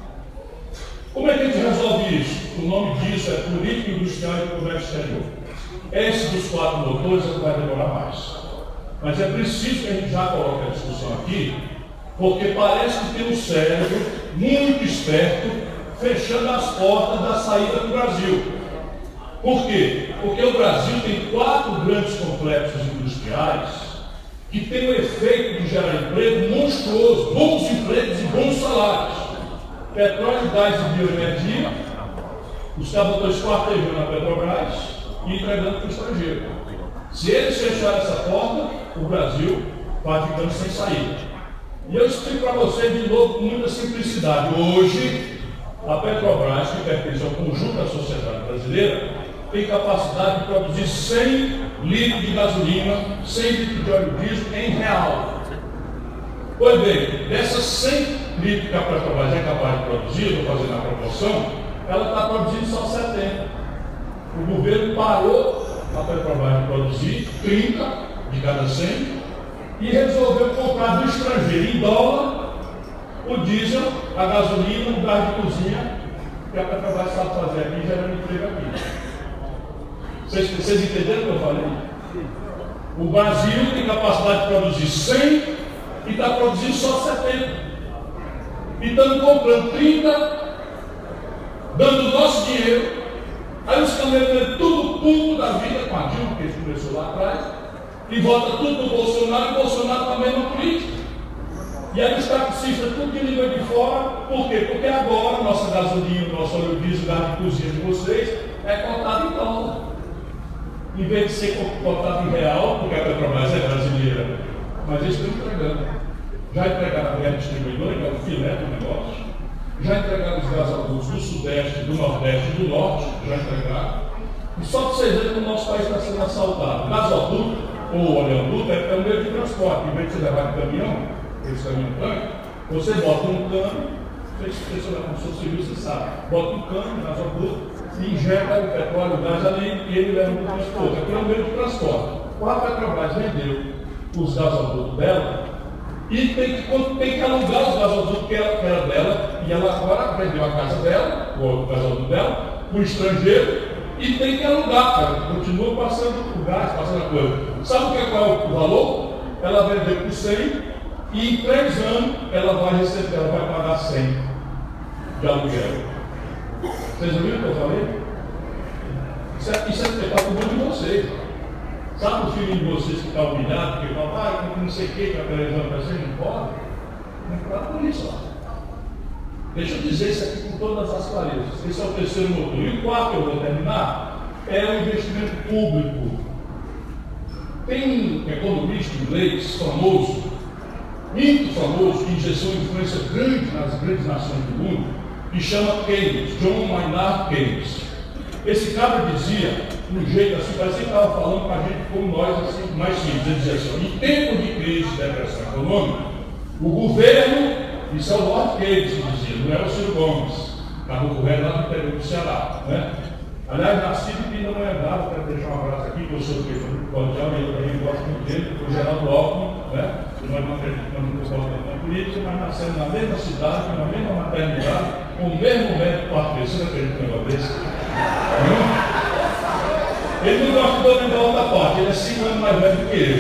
Como é que a gente resolve isso? O nome disso é Política Industrial e Comércio Exterior. Esse dos 4 motores é que vai demorar mais. Mas é preciso que a gente já coloque a discussão aqui, porque parece que tem um cérebro muito esperto fechando as portas da saída do Brasil. Por quê? Porque o Brasil tem 4 grandes complexos industriais que têm o efeito de gerar emprego monstruoso, bons empregos e bons salários. Petróleo, gás e bioenergia, os cabos esquartejando a Petrobras e entregando para o estrangeiro. Se eles fecharem essa porta, o Brasil vai ficando sem saída. E eu explico para vocês de novo com muita simplicidade. Hoje, a Petrobras, que pertence ao conjunto da sociedade brasileira, tem capacidade de produzir 100 litros de gasolina, 100 litros de óleo diesel em real. Pois bem, dessas 100 litros que a Petrobras é capaz de produzir, estou fazendo a proporção, ela está produzindo só 70. O governo parou a Petrobras de produzir 30 de cada 100 e resolveu comprar do estrangeiro em dólar o diesel, a gasolina, o gás de cozinha que a Petrobras sabe fazer aqui, gerando emprego aqui. Vocês entenderam o que eu falei? O Brasil tem capacidade de produzir 100 e está produzindo só 70. E estamos comprando 30, dando o nosso dinheiro. Aí os caminhoneiros tudo puto da vida com a Dilma, que ele começou lá atrás, e volta tudo no Bolsonaro, e o Bolsonaro com a mesma política. E aí os taxistas tudo que ligam de fora, por quê? Porque agora nossa gasolina, nosso óleo diesel, o gás de cozinha de vocês é cotado em dólar. Em vez de ser cotado em real, porque a Petrobras é brasileira, mas eles estão entregando. Já entregaram a grande distribuidora, que é o filé do negócio. Já entregaram os gasodutos do Sudeste, do Nordeste e do Norte, já entregaram. E só para vocês verem que o nosso país está sendo assaltado. Gasoduto ou oleoduto é um meio de transporte. Em vez de você levar de caminhão, esse caminhão tanque, você bota um cano, você vai com o seu serviço, você sabe, bota um cano, gasoduto, e injeta o petróleo, o gás ali, e ele leva para o transporte. Aqui é um meio de transporte. A Petrobras vendeu os gasodutos dela e tem que alugar os gasodutos que era dela, e ela agora vendeu a casa dela, o gasoduto dela, para o estrangeiro, e tem que alugar, cara. Continua passando o gás, passando a coisa. Sabe qual é o valor? Ela vendeu por 100 e em 3 anos ela vai receber, ela vai pagar 100 de aluguel. Vocês ouviram o que eu falei? Isso é porque está cuidando de vocês. Sabe o filho de vocês que está humilhado, que fala, não sei o que a televisão está sendo, não pode? Não pode por isso, ó. Deixa eu dizer isso aqui com todas as clarezas. Esse é o terceiro motor. E o quarto, eu vou terminar, é o investimento público. Tem um economista inglês famoso, muito famoso, que exerceu influência grande nas grandes nações do mundo, que chama Keynes, John Maynard Keynes. Esse cara dizia, de um jeito assim, parecia que estava falando com a gente como nós, assim, mais simples. Ele dizia assim: em tempo de crise e depressão econômica, o governo, isso é o Lord Keynes que dizia, não é o Ciro Gomes, mas o governo lá no interior do Ceará, né? Aliás, nascido que não é dado, quero deixar um abraço aqui, para o seu muito cordial, e eu também gosto muito dele, o Geraldo Alckmin, né? Nós não acreditamos na política, mas nascemos na mesma cidade, na mesma maternidade, com o mesmo médico partido. Você não acredita em um negócio desse? Ele não gosta do homem da outra parte, ele é 5 anos mais velho do que ele.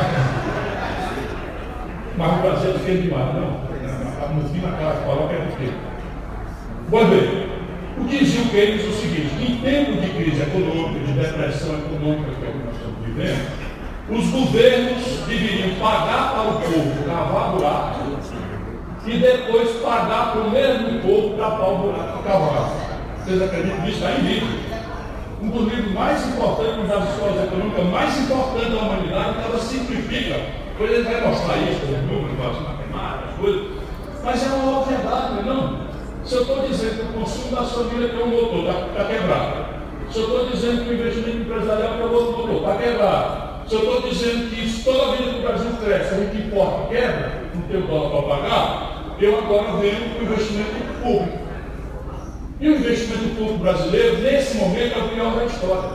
Mas o Brasil é pequeno demais, não? No fim, naquela paróquia é pequeno. Pois bem, o que dizia o Keynes é o seguinte: em tempos de crise econômica, de depressão econômica que é o que nós estamos vivendo, os governos deveriam pagar para o povo cavar buraco e depois pagar para o mesmo povo tapar o buraco para cavar. Vocês acreditam nisso? Está em livro. Um dos livros mais importantes das escolas econômicas, mais importantes da humanidade, que ela simplifica. Depois ele vai mostrar isso, os números, as matemáticas, as coisas. Mas é uma obviedade, não? Se eu estou dizendo que o consumo da família tem um motor, está quebrado. Se eu estou dizendo que o investimento empresarial tem outro motor, está quebrado. Se eu estou dizendo que toda a vida que o Brasil cresce, a gente importa e quebra, não tem o dólar para pagar, eu agora venho para o investimento público. E o investimento público brasileiro, nesse momento, é o pior da história.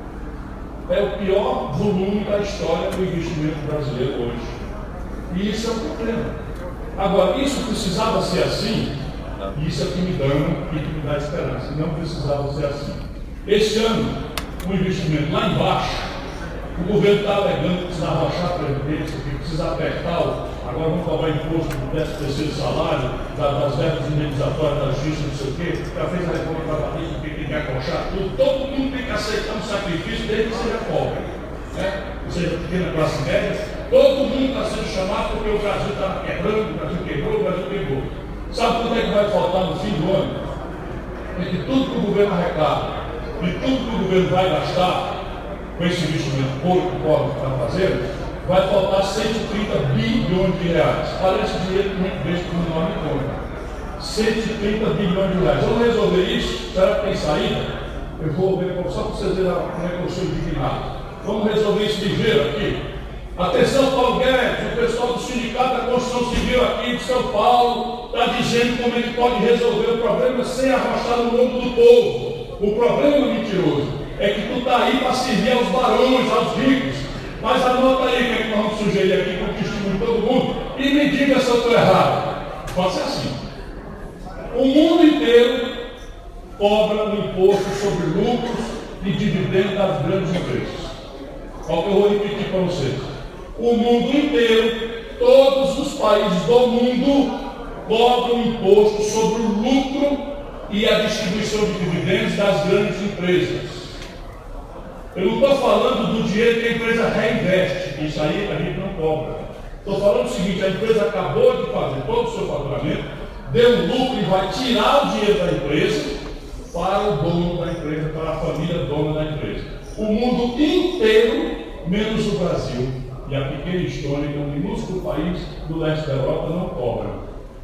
É o pior volume da história do investimento brasileiro hoje. E isso é o problema. Agora, isso precisava ser assim, e isso é o que me dama e que me dá esperança. Não precisava ser assim. Esse ano, o investimento lá embaixo, o governo está alegando que precisa baixar a previdência, que precisa apertar, agora vamos cobrar imposto do 13º salário, das verbas indenizatórias da justiça, não sei o quê, já fez a reforma trabalhista, porque tem que acochar tudo, todo mundo tem que aceitar um sacrifício desde que seja pobre, né? Ou seja, pequena classe média, todo mundo está sendo chamado porque o Brasil está quebrando, o Brasil quebrou, o Brasil quebrou. Sabe quanto é que vai faltar no fim do ano? Entre tudo que o governo arrecada e tudo que o governo vai gastar com esse investimento pouco que o povo está fazendo, vai faltar 130 bilhões de reais. Parece dinheiro que a gente vê como nome de conta. 130 bilhões de reais. Vamos resolver isso? Será que tem saída? Eu vou ver só para vocês verem como é que eu sou indignado. Vamos resolver isso ligeiro aqui. Atenção, Paulo Guedes, o pessoal do Sindicato da Construção Civil aqui de São Paulo está dizendo como é que pode resolver o problema sem arrastar no mundo do povo. O problema mentiroso é que tu está aí para servir aos barões, aos ricos. Mas anota aí o que é que nós vamos sugerir aqui com o testemunho de todo mundo e me diga se eu estou errado. Pode ser assim. O mundo inteiro cobra um imposto sobre lucros e dividendos das grandes empresas. Olha o que eu vou repetir para vocês. O mundo inteiro, todos os países do mundo cobram imposto sobre o lucro e a distribuição de dividendos das grandes empresas. Eu não estou falando do dinheiro que a empresa reinveste, isso aí a gente não cobra. Estou falando o seguinte: a empresa acabou de fazer todo o seu faturamento, deu um lucro e vai tirar o dinheiro da empresa para o dono da empresa, para a família dona da empresa. O mundo inteiro, menos o Brasil e a pequena Estônia, que é um minúsculo país do leste da Europa, não cobram.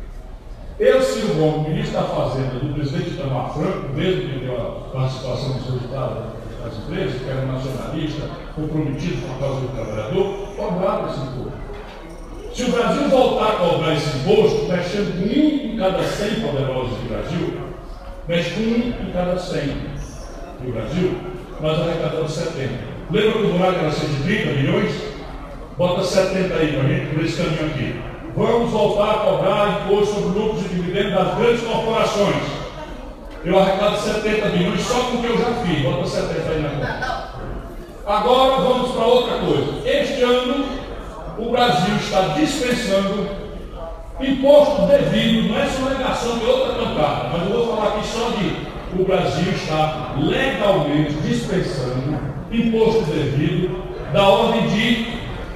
Eu, Ciro Gomes, ministro da Fazenda do presidente Itamar Franco, mesmo que deu a participação dos resultados das empresas, que era um nacionalista, comprometido com a causa do trabalhador, cobrava esse imposto. Se o Brasil voltar a cobrar esse imposto, mexendo com 1 em cada 100 poderosos do Brasil, mexe com 1 em cada 100 do Brasil, nós arrecadamos 70. Lembra que o buraco era 130 milhões? Bota 70 aí para a gente, por esse caminho aqui. Vamos voltar a cobrar imposto sobre lucros e dividendos das grandes corporações. Eu arrecado 70 bilhões só com o que eu já fiz. Bota 70 aí na conta. Agora vamos para outra coisa. Este ano, o Brasil está dispensando imposto devido, não é sonegação de outra cancada, mas eu vou falar aqui só de o Brasil está legalmente dispensando imposto devido da ordem de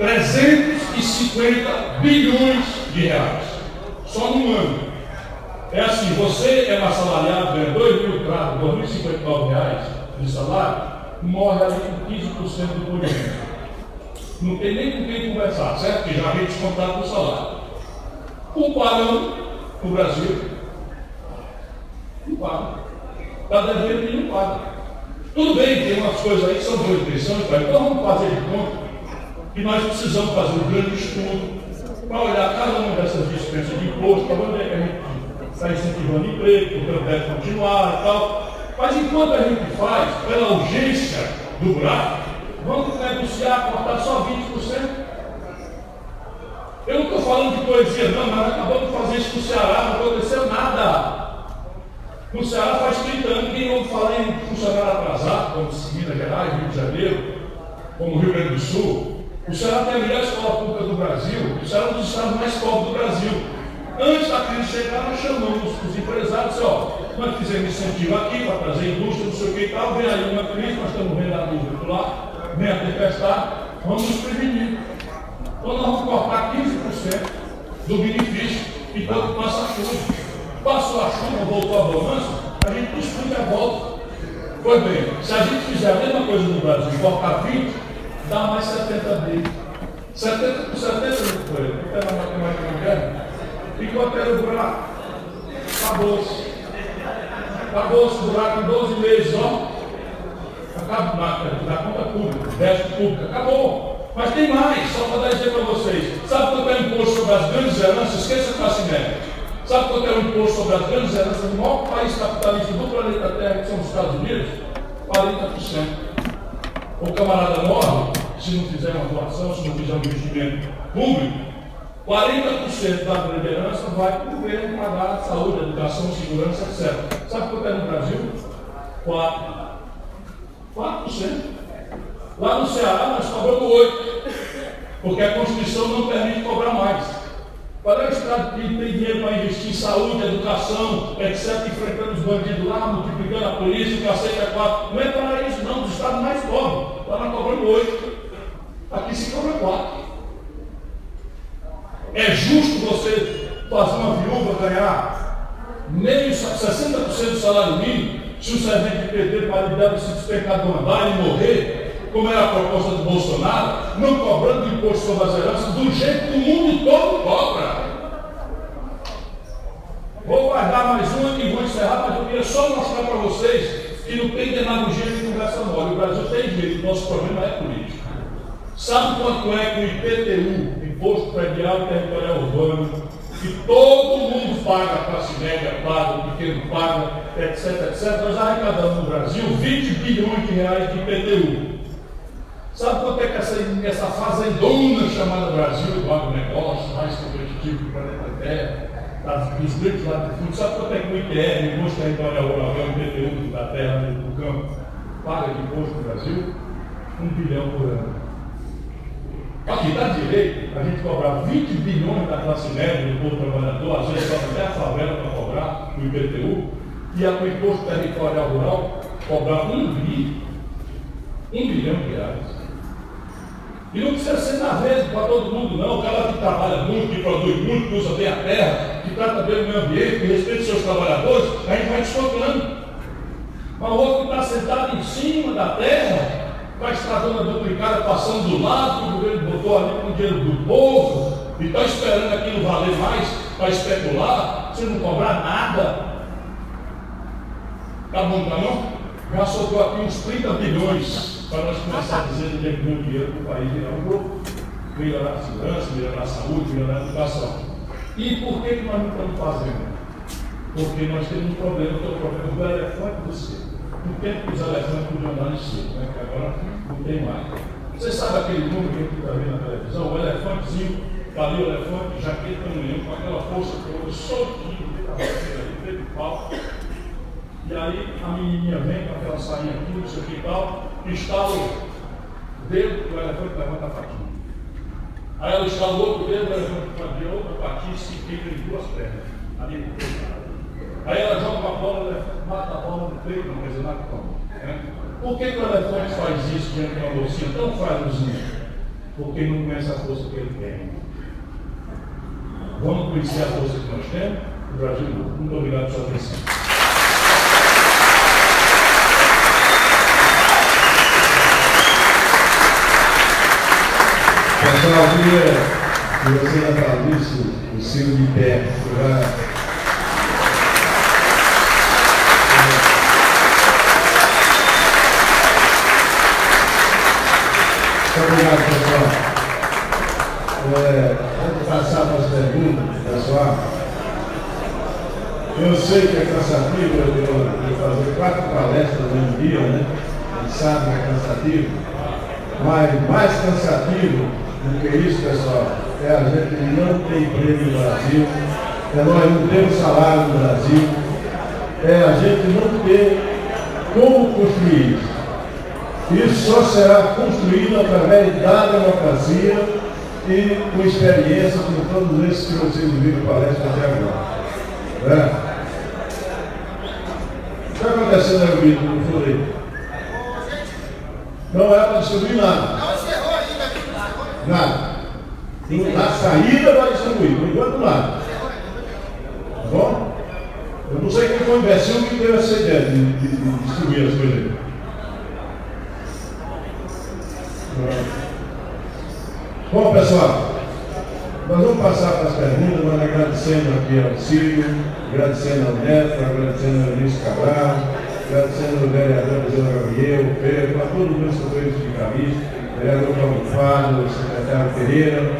350 bilhões de reais. Só num ano. É assim, você é um assalariado, ganha 2.059 reais de salário, morre ali com 15% do poder. Não tem nem com quem conversar, certo? Que já vem descontado do salário. O pagão no Brasil não paga. Está devendo e não paga. Tudo bem, tem umas coisas aí que são boas intenções, então vamos fazer de conta que nós precisamos fazer um grande estudo para olhar cada uma dessas dispensas de imposto, para ver que a gente está incentivando emprego, porque eu deve continuar e tal. Mas enquanto a gente faz, pela urgência do buraco, vamos negociar, cortar só 20%. Eu não estou falando de poesia, não, mas acabamos de fazer isso no Ceará, não aconteceu nada. No Ceará faz 30 anos, quem ouve falar em funcionário atrasado, como Minas Gerais, Rio de Janeiro, como Rio Grande do Sul. O Ceará tem a melhor escola pública do Brasil, o Ceará é um dos estados mais pobres do Brasil. Antes da crise chegar, nós chamamos os empresários e ó, nós fizemos incentivo aqui para trazer indústria, não sei o que e tal, vem aí uma crise, nós estamos vendo a dúvida lá, vem a tempestade, vamos nos prevenir. Então nós vamos cortar 15% do benefício enquanto passa a chuva. Passou a chuva, voltou a bonança, a gente discute a volta. Pois bem, se a gente fizer a mesma coisa no Brasil, cortar 20, dá mais 70 bi. 70 por 70 não foi. Até na matemática não quer. E quanto era o buraco? Acabou-se. Acabou-se o buraco em 12 meses, ó. Acabou na conta pública, déficit público. Acabou. Mas tem mais, só para dar exemplo para vocês. Sabe quanto é o imposto sobre as grandes heranças? Esqueça a classe média. Sabe quanto é o imposto sobre as grandes heranças do maior país capitalista do planeta Terra, que são os Estados Unidos? 40%. O camarada morre, se não fizer uma doação, se não fizer um investimento público, 40% da grande herança vai para o governo pagar saúde, educação, segurança, etc. Sabe quanto é no Brasil? 4%. Lá no Ceará nós cobramos 8%, porque a Constituição não permite cobrar mais. Qual é o Estado que tem dinheiro para investir em saúde, educação, etc., enfrentando os bandidos lá, multiplicando a polícia, o cacete é 4? Não é para isso, não, dos estados mais pobres. Lá nós cobramos 8. Aqui se cobra 4. É justo você fazer uma viúva ganhar meio 60% do salário mínimo, se o servente de pedreiro para deve se despecar do andar e morrer, como era a proposta do Bolsonaro, não cobrando imposto sobre as heranças do jeito que o mundo todo cobra. Vou guardar mais uma e vou encerrar, mas eu queria só mostrar para vocês que não tem demagogia de conversa mole. O Brasil tem jeito, o nosso problema é político. Sabe quanto é que o IPTU, Imposto Predial e Territorial Urbano, que todo mundo paga, a classe média paga, o pequeno paga, etc, etc. Nós arrecadamos no Brasil 20 bilhões de reais de IPTU. Sabe quanto é que essa fazendona chamada Brasil, do agronegócio, mais competitivo do planeta Terra, dos grandes latifúndios, sabe quanto é que o ITR, o Imposto Territorial Rural, que é o IPTU da terra, do campo, paga de imposto no Brasil? 1 bilhão por ano. Aqui dá direito a gente cobrar 20 bilhões da classe média do povo trabalhador, às vezes só até a favela para cobrar o IPTU, e a com o Imposto Territorial Rural cobrar 1 bilhão de reais. E não precisa ser na vez para todo mundo, não. O cara que trabalha muito, que produz muito, que usa bem a terra, que trata bem o meio ambiente, que respeita os seus trabalhadores, a gente vai descontando. Mas o outro que está sentado em cima da terra, vai estradando a duplicada, passando do lado, que o governo botou ali com o dinheiro do povo, e está esperando aquilo valer mais para especular, você não cobrar nada. Tá bom, tá não? Já soltou aqui uns 30 bilhões para nós começar a dizer onde é que deu dinheiro para o país virar um grupo, melhorar a segurança, melhorar a saúde, melhorar a educação. E por que nós não estamos fazendo? Porque nós temos um problema, que é o problema do elefante do circo. No tempo que os elefantes podiam andar no circo, né? Que agora não tem mais. Você sabe aquele número que a gente está vendo na televisão? O elefantezinho, está ali o elefante, jaqueta no leão, com aquela força toda, soltinho, preto de pau. E aí a menininha vem com aquela sainha aqui, não sei o que e tal, instala o dedo, o elefante levanta a patinha. Aí ela instala o outro dedo, o elefante faz outra patinha e se fica em duas pernas. Ali, aí ela joga uma bola, o elefante mata a bola no peito, não quer dizer nada como. Por que o elefante faz isso diante de uma bolsinha tão frágilzinha? Porque ele não conhece a força que ele tem. Vamos conhecer a força que nós temos? O Brasil. Muito obrigado pela sua atenção. Pessoal, eu queria que você já falou isso, o Ciro de pé. Muito obrigado, pessoal. Antes de passar para as perguntas, pessoal, eu sei que é cansativo eu fazer 4 palestras no mesmo dia, né? A gente sabe que é cansativo, mas mais cansativo do que isso, pessoal, é a gente não ter emprego no Brasil, é nós não termos salário no Brasil, é a gente não ter como construir isso. Isso só será construído através da democracia e com experiência com todos esses que vocês viram palestra até agora. O que está acontecendo aí, Vitor, no Floresta? Não é para distribuir nada. Não encerrou ainda, Nada. Na saída vai distribuir, por enquanto nada. Tá bom? Eu não sei quem foi o imbecil que teve essa ideia de distribuir as coisas aí. Bom, pessoal, nós vamos passar para as perguntas, mas agradecendo aqui ao Círio, agradecendo ao Neto, agradecendo ao Eunice Cabral, agradecendo ao vereador Gabriel, o Pedro, a todos os meus companheiros de camisa, o vereador Paulo Fábio, o secretário Pereira,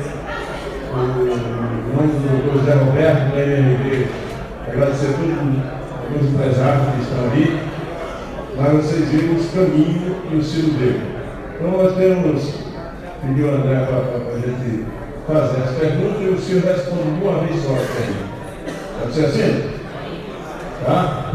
o nome do Dr. Zé Roberto, da MRV, agradecer a todos os empresários que estão ali, mas vocês viram os caminhos e o Círio dele. Então nós temos, pediu o André para a gente fazer as perguntas e o senhor responde de uma vez só as perguntas. Pode ser assim? Tá?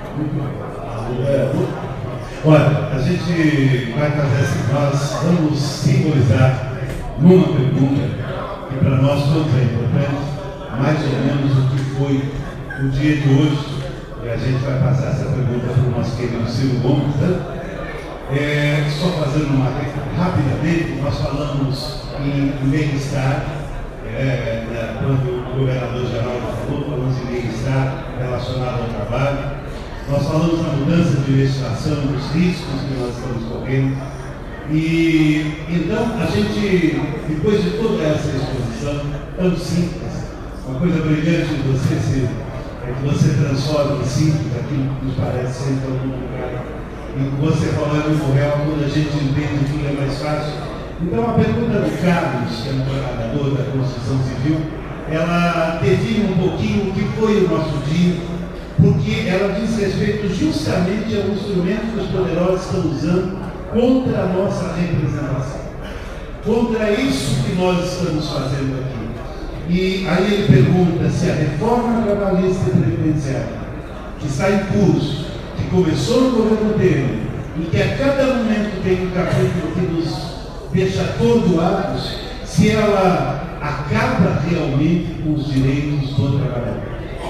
Olha, a gente vai fazer assim, nós vamos simbolizar numa pergunta que para nós todos é importante, mais ou menos o que foi o dia de hoje, e a gente vai passar essa pergunta para o nosso querido Ciro Gomes, né? Só fazendo uma rapidamente, nós falamos em bem-estar, quando o governador Geraldo falamos em bem-estar relacionado ao trabalho. Nós falamos na mudança de legislação, dos riscos que nós estamos correndo. E então a gente, depois de toda essa exposição tão simples, uma coisa brilhante de você, Ciro, é que você transforma em simples aquilo que nos parece ser tão complicado. E você falou é muito real, quando a gente entende tudo é mais fácil. Então a pergunta do Carlos, que é um trabalhador da construção civil, ela define um pouquinho o que foi o nosso dia, porque ela diz respeito justamente ao instrumento que os poderosos estão usando contra a nossa representação, contra isso que nós estamos fazendo aqui. E aí ele pergunta se a reforma trabalhista e previdenciária, que está em curso, que começou no governo dele e que a cada momento tem um capítulo que nos deixa atordoados, se ela acaba realmente com os direitos do trabalhador.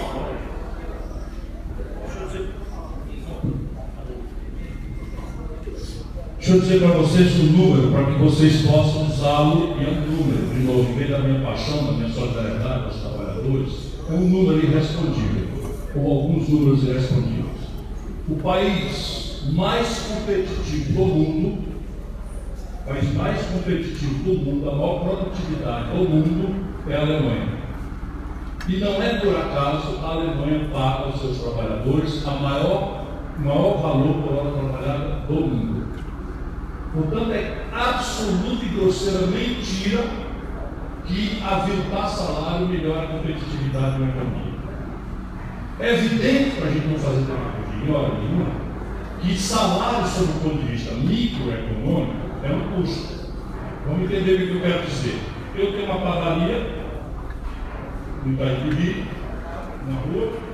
Deixa eu dizer para vocês um número, para que vocês possam usá-lo, e é um número, de novo, vem da minha paixão, da minha solidariedade aos trabalhadores, é um número irrespondível, ou alguns números irrespondíveis. O país mais competitivo do mundo, a maior produtividade do mundo é a Alemanha. E não é por acaso a Alemanha paga aos seus trabalhadores o maior valor por hora trabalhada do mundo. Portanto, é absoluta e grosseira mentira que aviltar salário melhora a competitividade de uma economia. É evidente, para a gente não fazer demagogia em hora nenhuma, que salário, sob o ponto de vista microeconômico, é um custo. Vamos entender o que eu quero dizer. Eu tenho uma padaria no Itaipiri, na rua,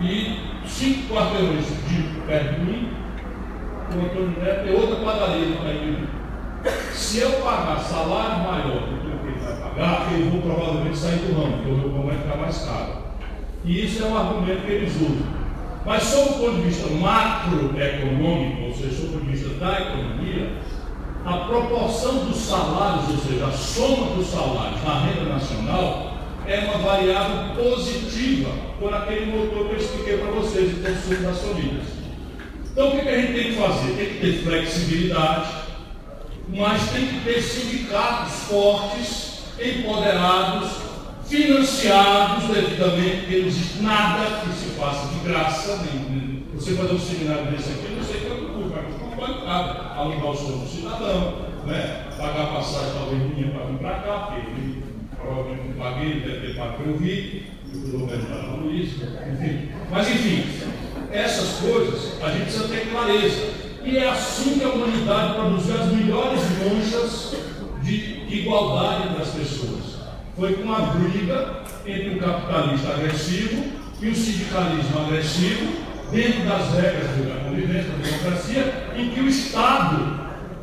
E 5 quarteirões de perto de mim, o Antônio Neto tem outra padaria no Caíbe. Se eu pagar salário maior do que o que ele vai pagar, eu vou provavelmente sair do ramo, porque o meu pão vai ficar mais caro. E isso é um argumento que eles usam. Mas, sob o ponto de vista macroeconômico, ou seja, sob o ponto de vista da economia, a proporção dos salários, ou seja, a soma dos salários na renda nacional, é uma variável positiva por aquele motor que eu expliquei para vocês em consumo das famílias. Então, o que a gente tem que fazer? Tem que ter flexibilidade, mas tem que ter sindicatos fortes, empoderados, financiados devidamente, porque não existe nada que se faça de graça. Você fazer um seminário desse aqui, não sei quanto custa, mas custa uma bancada, alugar o seu cidadão, né? Pagar a passagem talvez minha para vir para cá, porque provavelmente não paguei, deve ter pago para eu vir, o governo está falando isso, enfim. Mas enfim, essas coisas a gente precisa ter clareza. E é assim que a humanidade produziu as melhores manchas de igualdade entre as pessoas. Foi com a briga entre o capitalista agressivo e o sindicalismo agressivo, dentro das regras da convivência, da democracia, em que o Estado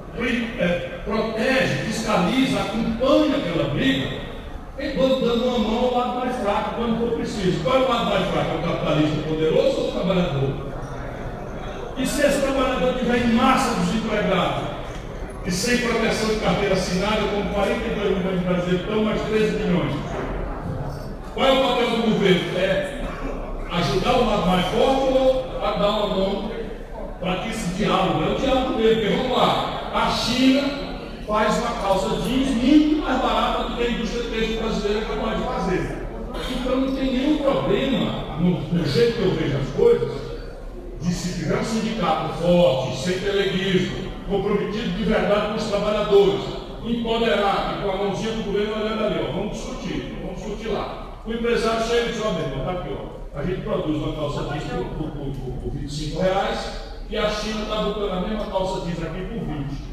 protege, fiscaliza, acompanha aquela briga, dando uma mão ao lado mais fraco quando for preciso. Qual é o lado mais fraco? É o capitalista poderoso ou o trabalhador? E se esse trabalhador tiver em massa desempregado e sem proteção de carteira assinada, como 42 milhões de brasileiros, então mais 13 milhões. Qual é o papel do governo? É ajudar o lado mais forte ou a dar uma mão para que esse diálogo, é o diálogo dele, porque vamos lá, a China faz uma calça jeans muito mais barata do que a indústria têxtil brasileira é capaz de fazer. Então não tem nenhum problema, no jeito que eu vejo as coisas, de se tiver um sindicato forte, sem teleguismo, comprometido de verdade com os trabalhadores, empoderado e com a mãozinha do governo olhando ali, ó, vamos discutir lá. O empresário chega e diz, ó, meu, tá aqui, ó, a gente produz uma calça jeans por R$25 e a China está botando a mesma calça jeans aqui por 20.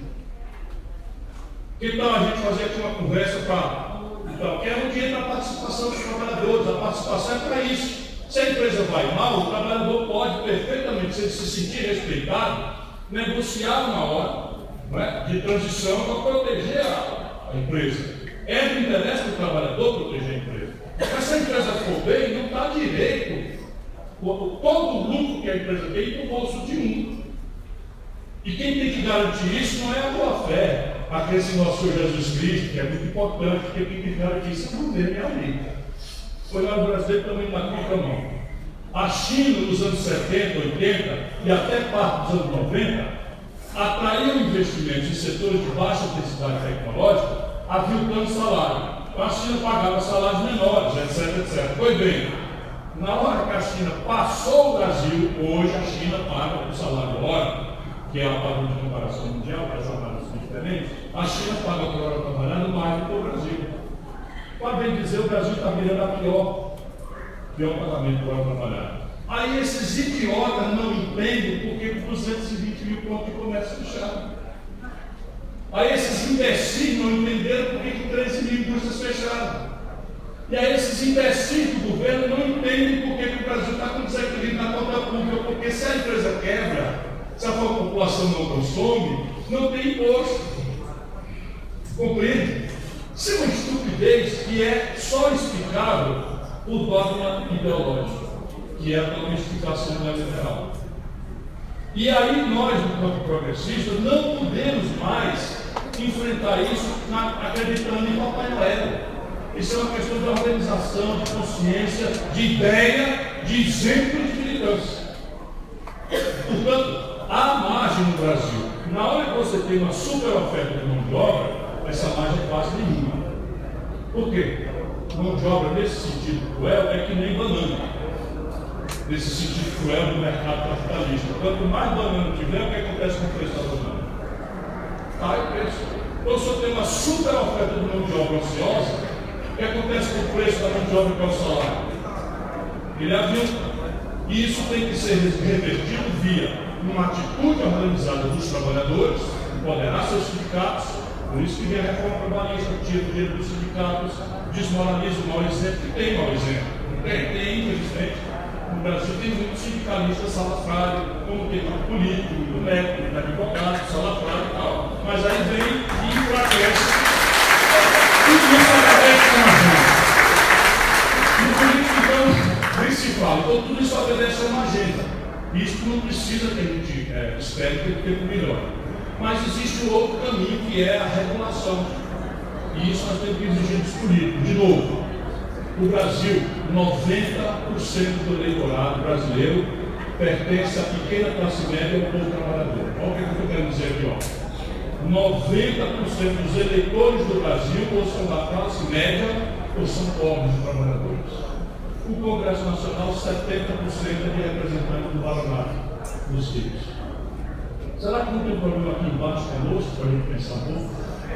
Que tal a gente fazer aqui uma conversa para... Então, que é o dinheiro da participação dos trabalhadores, a participação é para isso. Se a empresa vai mal, o trabalhador pode perfeitamente, se ele se sentir respeitado, negociar uma hora, não é, de transição para proteger a empresa. É do interesse do trabalhador proteger a empresa. Mas se a empresa for bem, não dá direito todo o lucro que a empresa tem no bolso de um. E quem tem que garantir isso não é a boa-fé, a crença em nosso Senhor Jesus Cristo, que é muito importante, porque quem tem que garantir isso é o governo e a lei. Foi lá no Brasil também na contramão. A China, nos anos 70, 80 e até parte dos anos 90, atraiu investimentos em setores de baixa intensidade tecnológica, aviltando salário. A China pagava salários menores, etc. Pois bem, na hora que a China passou o Brasil, hoje a China paga o salário hora, que é a padrão de comparação mundial, para jornadas diferentes, a China paga por hora trabalhando mais do que o Brasil. Para bem dizer, o Brasil está virando a pior pagamento por hora trabalhada. Aí esses idiotas não entendem porque 220 mil pontos de comércio fecharam. Aí esses imbecis não entenderam porque 13 mil indústrias fecharam. E aí esses imbecis do governo não entendem porque o Brasil está com desequilíbrio na conta pública, porque se a empresa quebra, se a população não consome, não tem imposto. Compreende? Isso é uma estupidez que é só explicável por dogma ideológico, que é a domesticação neoliberal. E aí nós, do campo progressista, não podemos mais enfrentar isso acreditando em Papai Noel. Isso é uma questão de organização, de consciência, de ideia, de exemplo de militância. Portanto, há margem no Brasil. Na hora que você tem uma super oferta de mão de obra, essa margem é quase nenhuma. Por quê? Mão de obra, nesse sentido cruel, é que nem banana. Nesse sentido cruel do mercado capitalista. Quanto mais banana tiver, o que acontece com o preço da banana? Cai o preço. Então, se eu tenho uma super oferta de mão de obra ociosa, o que acontece com o preço da mão de obra, que é o salário? Ele avienta. E isso tem que ser revertido via uma atitude organizada dos trabalhadores, empoderar seus sindicatos. Por isso que vem a reforma trabalhista, tira o dinheiro dos sindicatos, desmoraliza o mau exemplo, que tem mau exemplo. Não tem, infelizmente. No Brasil tem muitos sindicalistas salafrários, como tem muito político, muito médico, muito advogado, salafrário e tal. Mas aí vem e enfraquece. Tudo isso obedece a uma agenda. No político, então, nem se fala. Então, tudo isso obedece a uma agenda. Isso não precisa que a gente espere que o tempo melhore. Mas existe um outro caminho, que é a regulação. E isso nós temos que exigir dos políticos. De novo, no Brasil, 90% do eleitorado brasileiro pertence à pequena classe média ou povo trabalhador. Olha o que eu estou querendo dizer aqui, ó. 90% dos eleitores do Brasil ou são da classe média ou são pobres e trabalhadores. O Congresso Nacional, 70% é de representantes do Paraná, dos ricos. Será que não tem um problema aqui embaixo conosco para a gente pensar um pouco?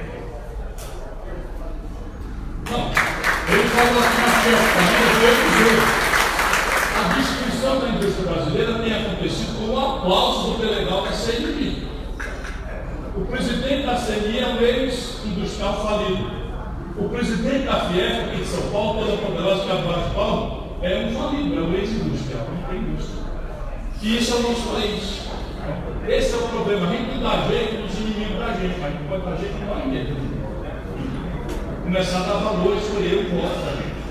Não. Ele falou aqui na chefe, a destruição da indústria brasileira tem acontecido com o aplauso do delegado da CNI. O presidente da CNI é um ex-industrial falido. O presidente da FIEF aqui de São Paulo, toda poderosa Carvalho de Paulo, é um falido, é um ex-industrial, não tem indústria. E isso é o nosso país. Esse é o problema. A gente não dá jeito dos inimigos da gente, mas não pode dar jeito de nós mesmos. Começar a dar valor, escolher o voto da gente.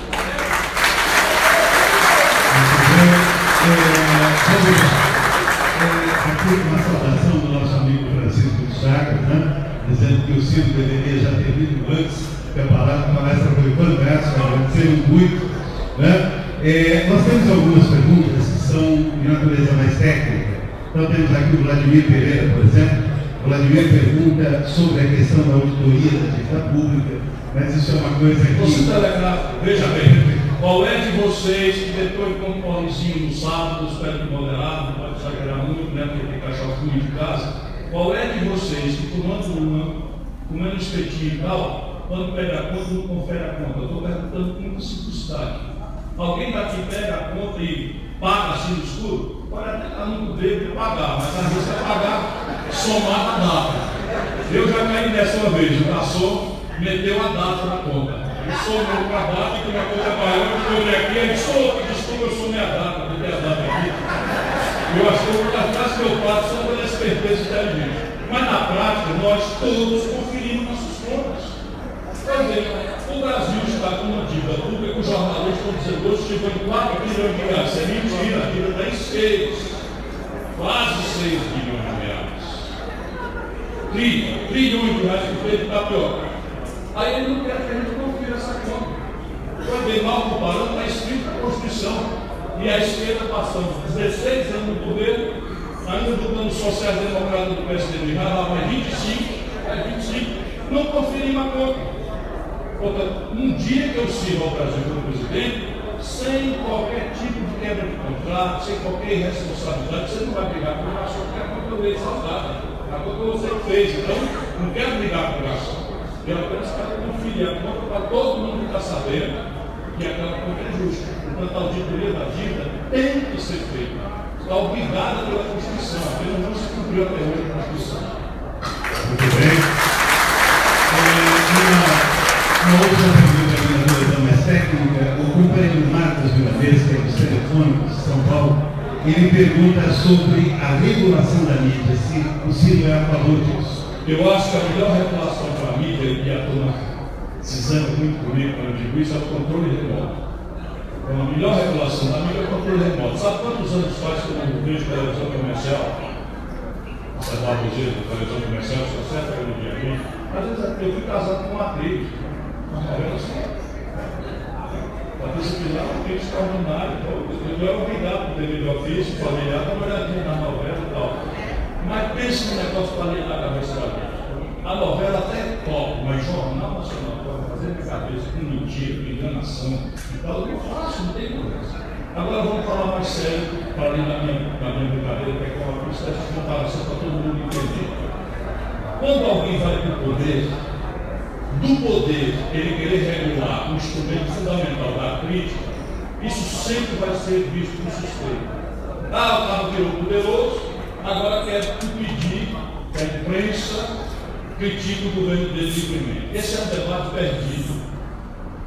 Aqui uma saudação do nosso amigo Francisco de Chagas, né? Dizendo que o Ciro deveria já ter vindo antes, que a palestra foi fantástica, agradecemos muito. Né? Nós temos algumas perguntas que são de natureza mais técnica. Então temos aqui o Vladimir Pereira, por exemplo. O Vladimir pergunta sobre a questão da auditoria da dívida pública, mas isso é uma coisa que... Você telegrafa, veja bem, qual é de vocês que depois com um correzinho no sábado, espero que moderado, não pode exagerar muito, né, porque tem que achar o fluxo de casa, qual é de vocês que tomando uma, comendo espetinho e tal, quando pega a conta, não confere a conta? Eu estou perguntando com muita simplicidade. Alguém daqui pega a conta e paga assim no escuro? Pode até estar no dedo de pagar, mas às vezes é pagar somado a data. Eu já caí dessa uma vez, o garçom meteu a data na conta. Ele somou com a data e que uma coisa maior, eu olhei aqui, ele desculpa, eu somei a data, botei a data aqui. Eu acho que eu vou dar meu prato só pela esperteza inteligente. Mas na prática, nós todos conferimos nossas contas. Por exemplo, o Brasil está com uma dívida pública que os jornalistas estão dizendo hoje chegou em 4 bilhões de reais. Isso é mentira, a dívida está em 6, quase 6 bilhões de reais. Trilhões de reais que fez de tapioca. Aí ele não quer que a gente confira essa conta. Foi bem mal comparando, está escrito na Constituição. E a esquerda passando 16 anos no governo, ainda do plano social-democrata do PSDB, já lá mais 25, não conferimos a conta. Portanto, um dia que eu sirva ao Brasil como presidente, sem qualquer tipo de quebra de contrato, sem qualquer irresponsabilidade, você não vai brigar com o garçom, porque a conta eu dei saudade. A conta você fez, então não quero brigar com o garçom. Eu apenas quero conferir a conta para todo mundo ficar sabendo que aquela conta é justa. Portanto, a auditoria da dívida tem que ser feita. Está obrigada pela Constituição, apenas não se cumpriu até hoje a Constituição. Muito bem. Uma outra pergunta na natureza mais técnica, o companheiro Marcos Vilavez, que é dos Telefônicos de São Paulo, ele pergunta sobre a regulação da mídia, se o Ciro é a favor disso. Eu acho que a melhor regulação para a mídia, e a turma se zanga muito comigo quando eu digo isso, é o controle remoto. Então, a melhor regulação da mídia é o controle remoto. Sabe quantos anos faz que eu não vejo televisão comercial? Essa baboseira da televisão comercial, só certa pelo dia a dia. Às vezes eu fui casado com uma atriz. Patrícia Pilar é uma atriz extraordinária. Eu era obrigado por devido ao ofício, familiar, dar uma olhadinha na novela e tal. Mas pense no negócio para ler na cabeça da gente. A novela até é top, mas jornal nacional pode fazer na cabeça com mentira, com enganação e tal. Eu faço, não tem conversa. Agora vamos falar mais sério, para além da minha brincadeira, que é uma espécie de comparação para todo mundo entender. Quando alguém vai para o poder, do poder ele querer regular um instrumento fundamental da crítica, isso sempre vai ser visto como suspeito. O cara virou poderoso, agora quer impedir que a imprensa critique o governo dele livremente. Esse é um debate perdido.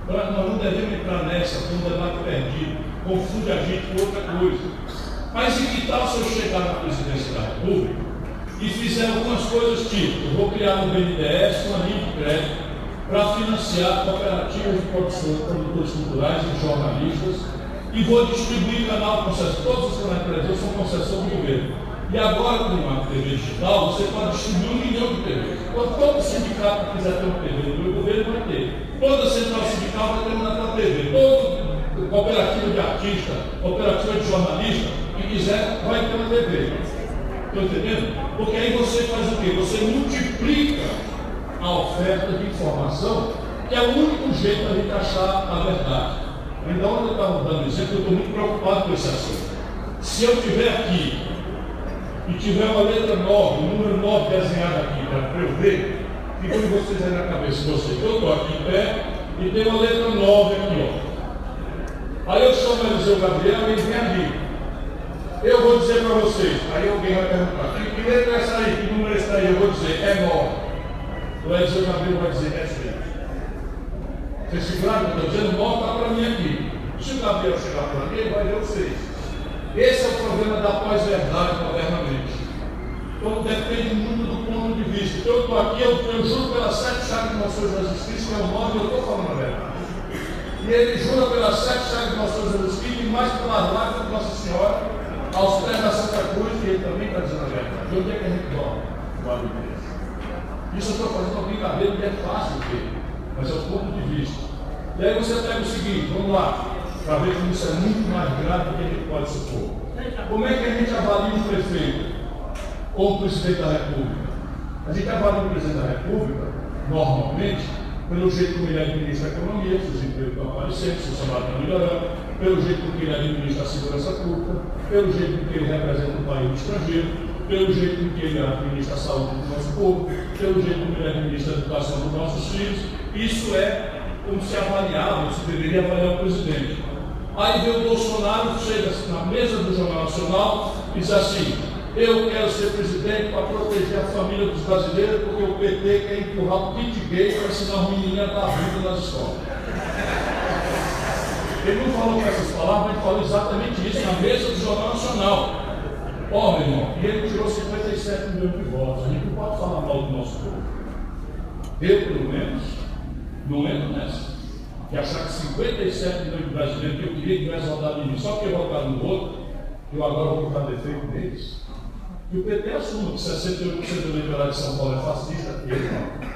Nós não devemos entrar nessa, com um debate perdido, confunde a gente com outra coisa. Mas e que tal se eu chegar na presidência da República e fizer algumas coisas tipo, eu vou criar no BNDES uma linha de crédito para financiar cooperativas de produtores culturais e jornalistas e vou distribuir canal concessão. Todos os canais de televisão são concessão do governo. E agora, com uma TV digital, você pode distribuir 1 milhão de TVs. Então, todo sindicato que quiser ter uma TV do governo vai ter. Toda central sindical vai ter uma naquela TV. Toda cooperativa de artista, cooperativa de jornalista, que quiser, vai ter uma TV. Estão entendendo? Porque aí você faz o quê? Você multiplica a oferta de informação, que é o único jeito de a gente achar a verdade. Então, onde eu estava dando exemplo, eu estou muito preocupado com esse assunto. Se eu estiver aqui e tiver uma letra 9, o número 9 desenhado aqui para eu ver, fica com vocês aí na cabeça de vocês. Eu estou aqui em pé e tem uma letra 9 aqui, ó. Aí eu chamo o Eliseu Gabriel e ele vem ali. Eu vou dizer para vocês, aí alguém vai perguntar, que letra é essa aí? Que número é essa aí? Eu vou dizer, é 9. O Eliseu Gabriel vai dizer, é 6. Vocês seguraram o que eu estou dizendo? 9 está para mim aqui. Se o Gabriel chegar para mim, ele vai ver o 6. Esse é o problema da pós-verdade modernamente. Então depende muito do ponto de vista. Então eu estou aqui, eu juro pelas 7 chagas de nosso Senhor Jesus Cristo, que é o 9, eu estou falando a verdade. E ele jura pelas 7 chagas de nosso Senhor Jesus Cristo, e mais pelas lágrimas de Nossa Senhora, aos pés da Santa Cruz, e ele também está dizendo a verdade. De onde é que a gente dorme? Isso eu estou fazendo uma brincadeira que é fácil de ver, mas é o ponto de vista. E aí você pega o seguinte, vamos lá, para ver como isso é muito mais grave do que a gente pode supor. Como é que a gente avalia um prefeito ou o presidente da República? A gente avalia o presidente da República, normalmente, pelo jeito como ele administra a economia, se os empregos estão aparecendo, se o salário está melhorando, pelo jeito como ele administra a segurança pública, pelo jeito como ele representa o país estrangeiro, pelo jeito como ele administra a saúde do nosso povo, pelo jeito como ele administra a educação dos nossos filhos. Isso é como se avaliava, se deveria avaliar o presidente. Aí vem o Bolsonaro, chega na mesa do Jornal Nacional e diz assim: eu quero ser presidente para proteger a família dos brasileiros, porque o PT quer empurrar o kit gay para ensinar as menininhas a dar vida nas escolas. Ele não falou com essas palavras, ele falou exatamente isso na mesa do Jornal Nacional. Ó, meu irmão, e ele tirou 57 milhões de votos. A gente não pode falar mal do nosso povo. Eu, pelo menos, não entro nessa. E achar que 57 milhões de brasileiros que eu queria que tivesse votado em mim, só que eu votar no outro, eu agora vou botar defeito neles. E o PT assume que 68% do eleitorado de São Paulo é fascista, ele não.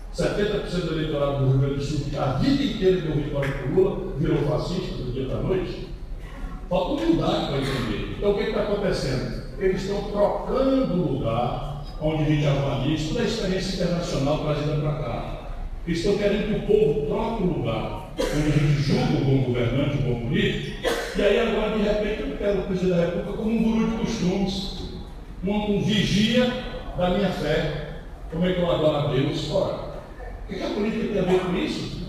70% do eleitorado do Rio Grande do Sul, que a vida inteira deu vitória por Lula, virou fascista do dia para a noite. Falta humildade para entender. Então o que está acontecendo? Eles estão trocando o lugar onde a gente avalia, isso toda a experiência internacional trazida para cá. Eles estão querendo que o povo troque o lugar onde a gente julga o bom governante, o bom político, e aí agora de repente eu quero o presidente da República como um guru de costumes, um vigia da minha fé. Como é que eu adoro a Deus? Ora, o que a política tem a ver com isso?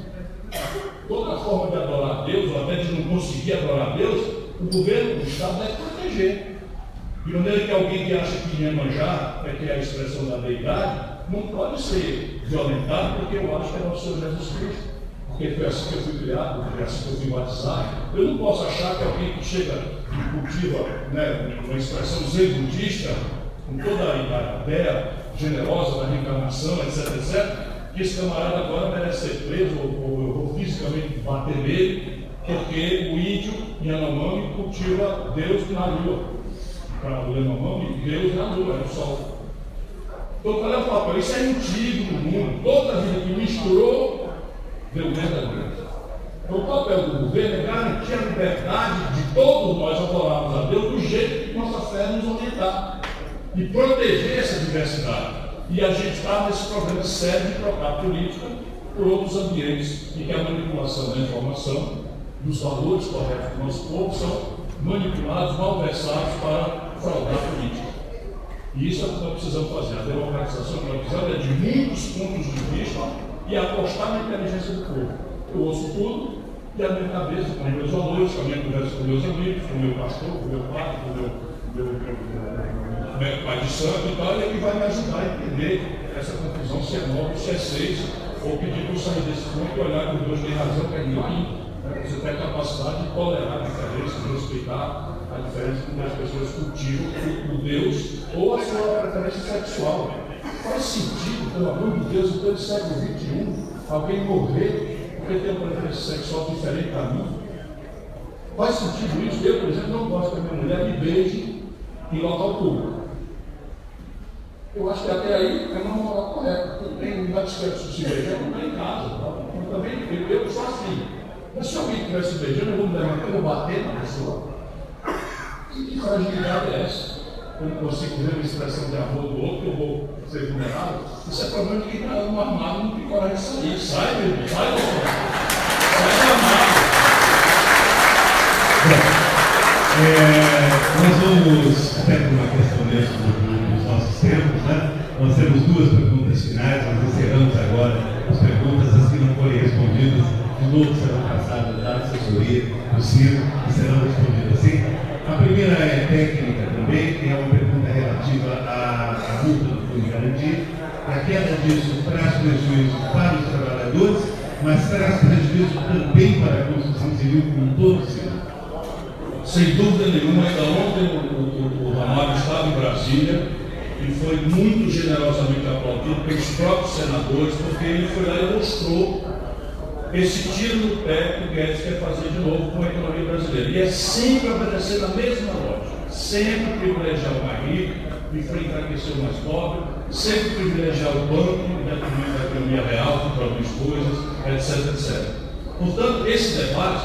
Toda forma de adorar a Deus, ou até de não conseguir adorar a Deus, o governo, o Estado deve proteger. De maneira que alguém que acha que Iemanjá é que é a expressão da deidade, não pode ser violentado, porque eu acho que é nosso Senhor Jesus Cristo. Porque foi assim que eu fui criado, foi assim que eu fui batizado. Eu não posso achar que alguém que chega e cultiva, né, uma expressão zen budista, com toda a ideia generosa da reencarnação, etc., etc., que esse camarada agora merece ser preso, ou eu vou fisicamente bater nele, porque o índio Yanomami cultiva Deus na lua. Para o Yanomami, Deus na lua, é o sol. Então, qual é o papel? Isso é antigo no mundo. Toda a vida que misturou, deu merda a Deus. Então, o papel do governo é garantir a liberdade de todos nós adorarmos a Deus do jeito que nossa fé nos orientar. E proteger essa diversidade. E a gente está nesse problema sério de trocar política por outros ambientes em que a manipulação da informação, dos valores corretos do nosso povo, são manipulados, malversados para fraudar a política. E isso é o que nós precisamos fazer. A democratização que nós precisamos é de muitos pontos de vista e apostar na inteligência do povo. Eu ouço tudo e a minha cabeça, com os meus valores, com a minha conversa com meus amigos, com o meu pastor, com o meu pai, com o meu pai de santo e tal, e ele vai me ajudar a entender essa confusão, se é 9, se é 6, ou pedir para sair desse ponto e olhar que os dois têm razão, que é melhor ainda. Você tem a capacidade de tolerar a diferença, de respeitar a diferença que as pessoas cultivam o Deus ou a sua preferência sexual. Faz sentido, pelo amor de Deus, em pleno século XXI, alguém morrer porque tem uma preferência sexual diferente da minha? Faz sentido isso? Eu, por exemplo, não gosto que a minha mulher me beije em local público. Eu acho que até aí é uma moral correta. Tudo bem, não dá descanso se beijar, não está em casa. Eu também, eu sou assim. Mas se alguém estivesse beijando, eu vou me levantar, eu vou bater na pessoa. Que fragilidade é essa? Eu não consigo ver uma expressão de amor do outro, eu vou ser vulnerável. Isso é problema de quem está no armário, não tem coragem de sair. Sai, meu irmão, sai do armário. Nós vamos, até por uma questão mesmo dos nossos tempos, né? Nós temos duas perguntas finais, nós encerramos agora as perguntas, as que não forem respondidas, de novo serão passadas da assessoria do Ciro e serão respondidas assim. A primeira é técnica também, que é uma pergunta relativa à multa do fundo de garantia. A queda disso traz prejuízo para os trabalhadores, mas traz prejuízo também para a construção civil como um todo, Ciro. Sem dúvida nenhuma, ainda ontem o Ramalho estava em Brasília e foi muito generosamente aplaudido pelos próprios senadores, porque ele foi lá e mostrou esse tiro no pé que o Guedes quer fazer de novo com a economia brasileira. E é sempre obedecer a mesma lógica, sempre privilegiar o mais rico e enfraquecer o mais pobre, sempre privilegiar o banco da economia real, que produz coisas, etc. Portanto, esse debate,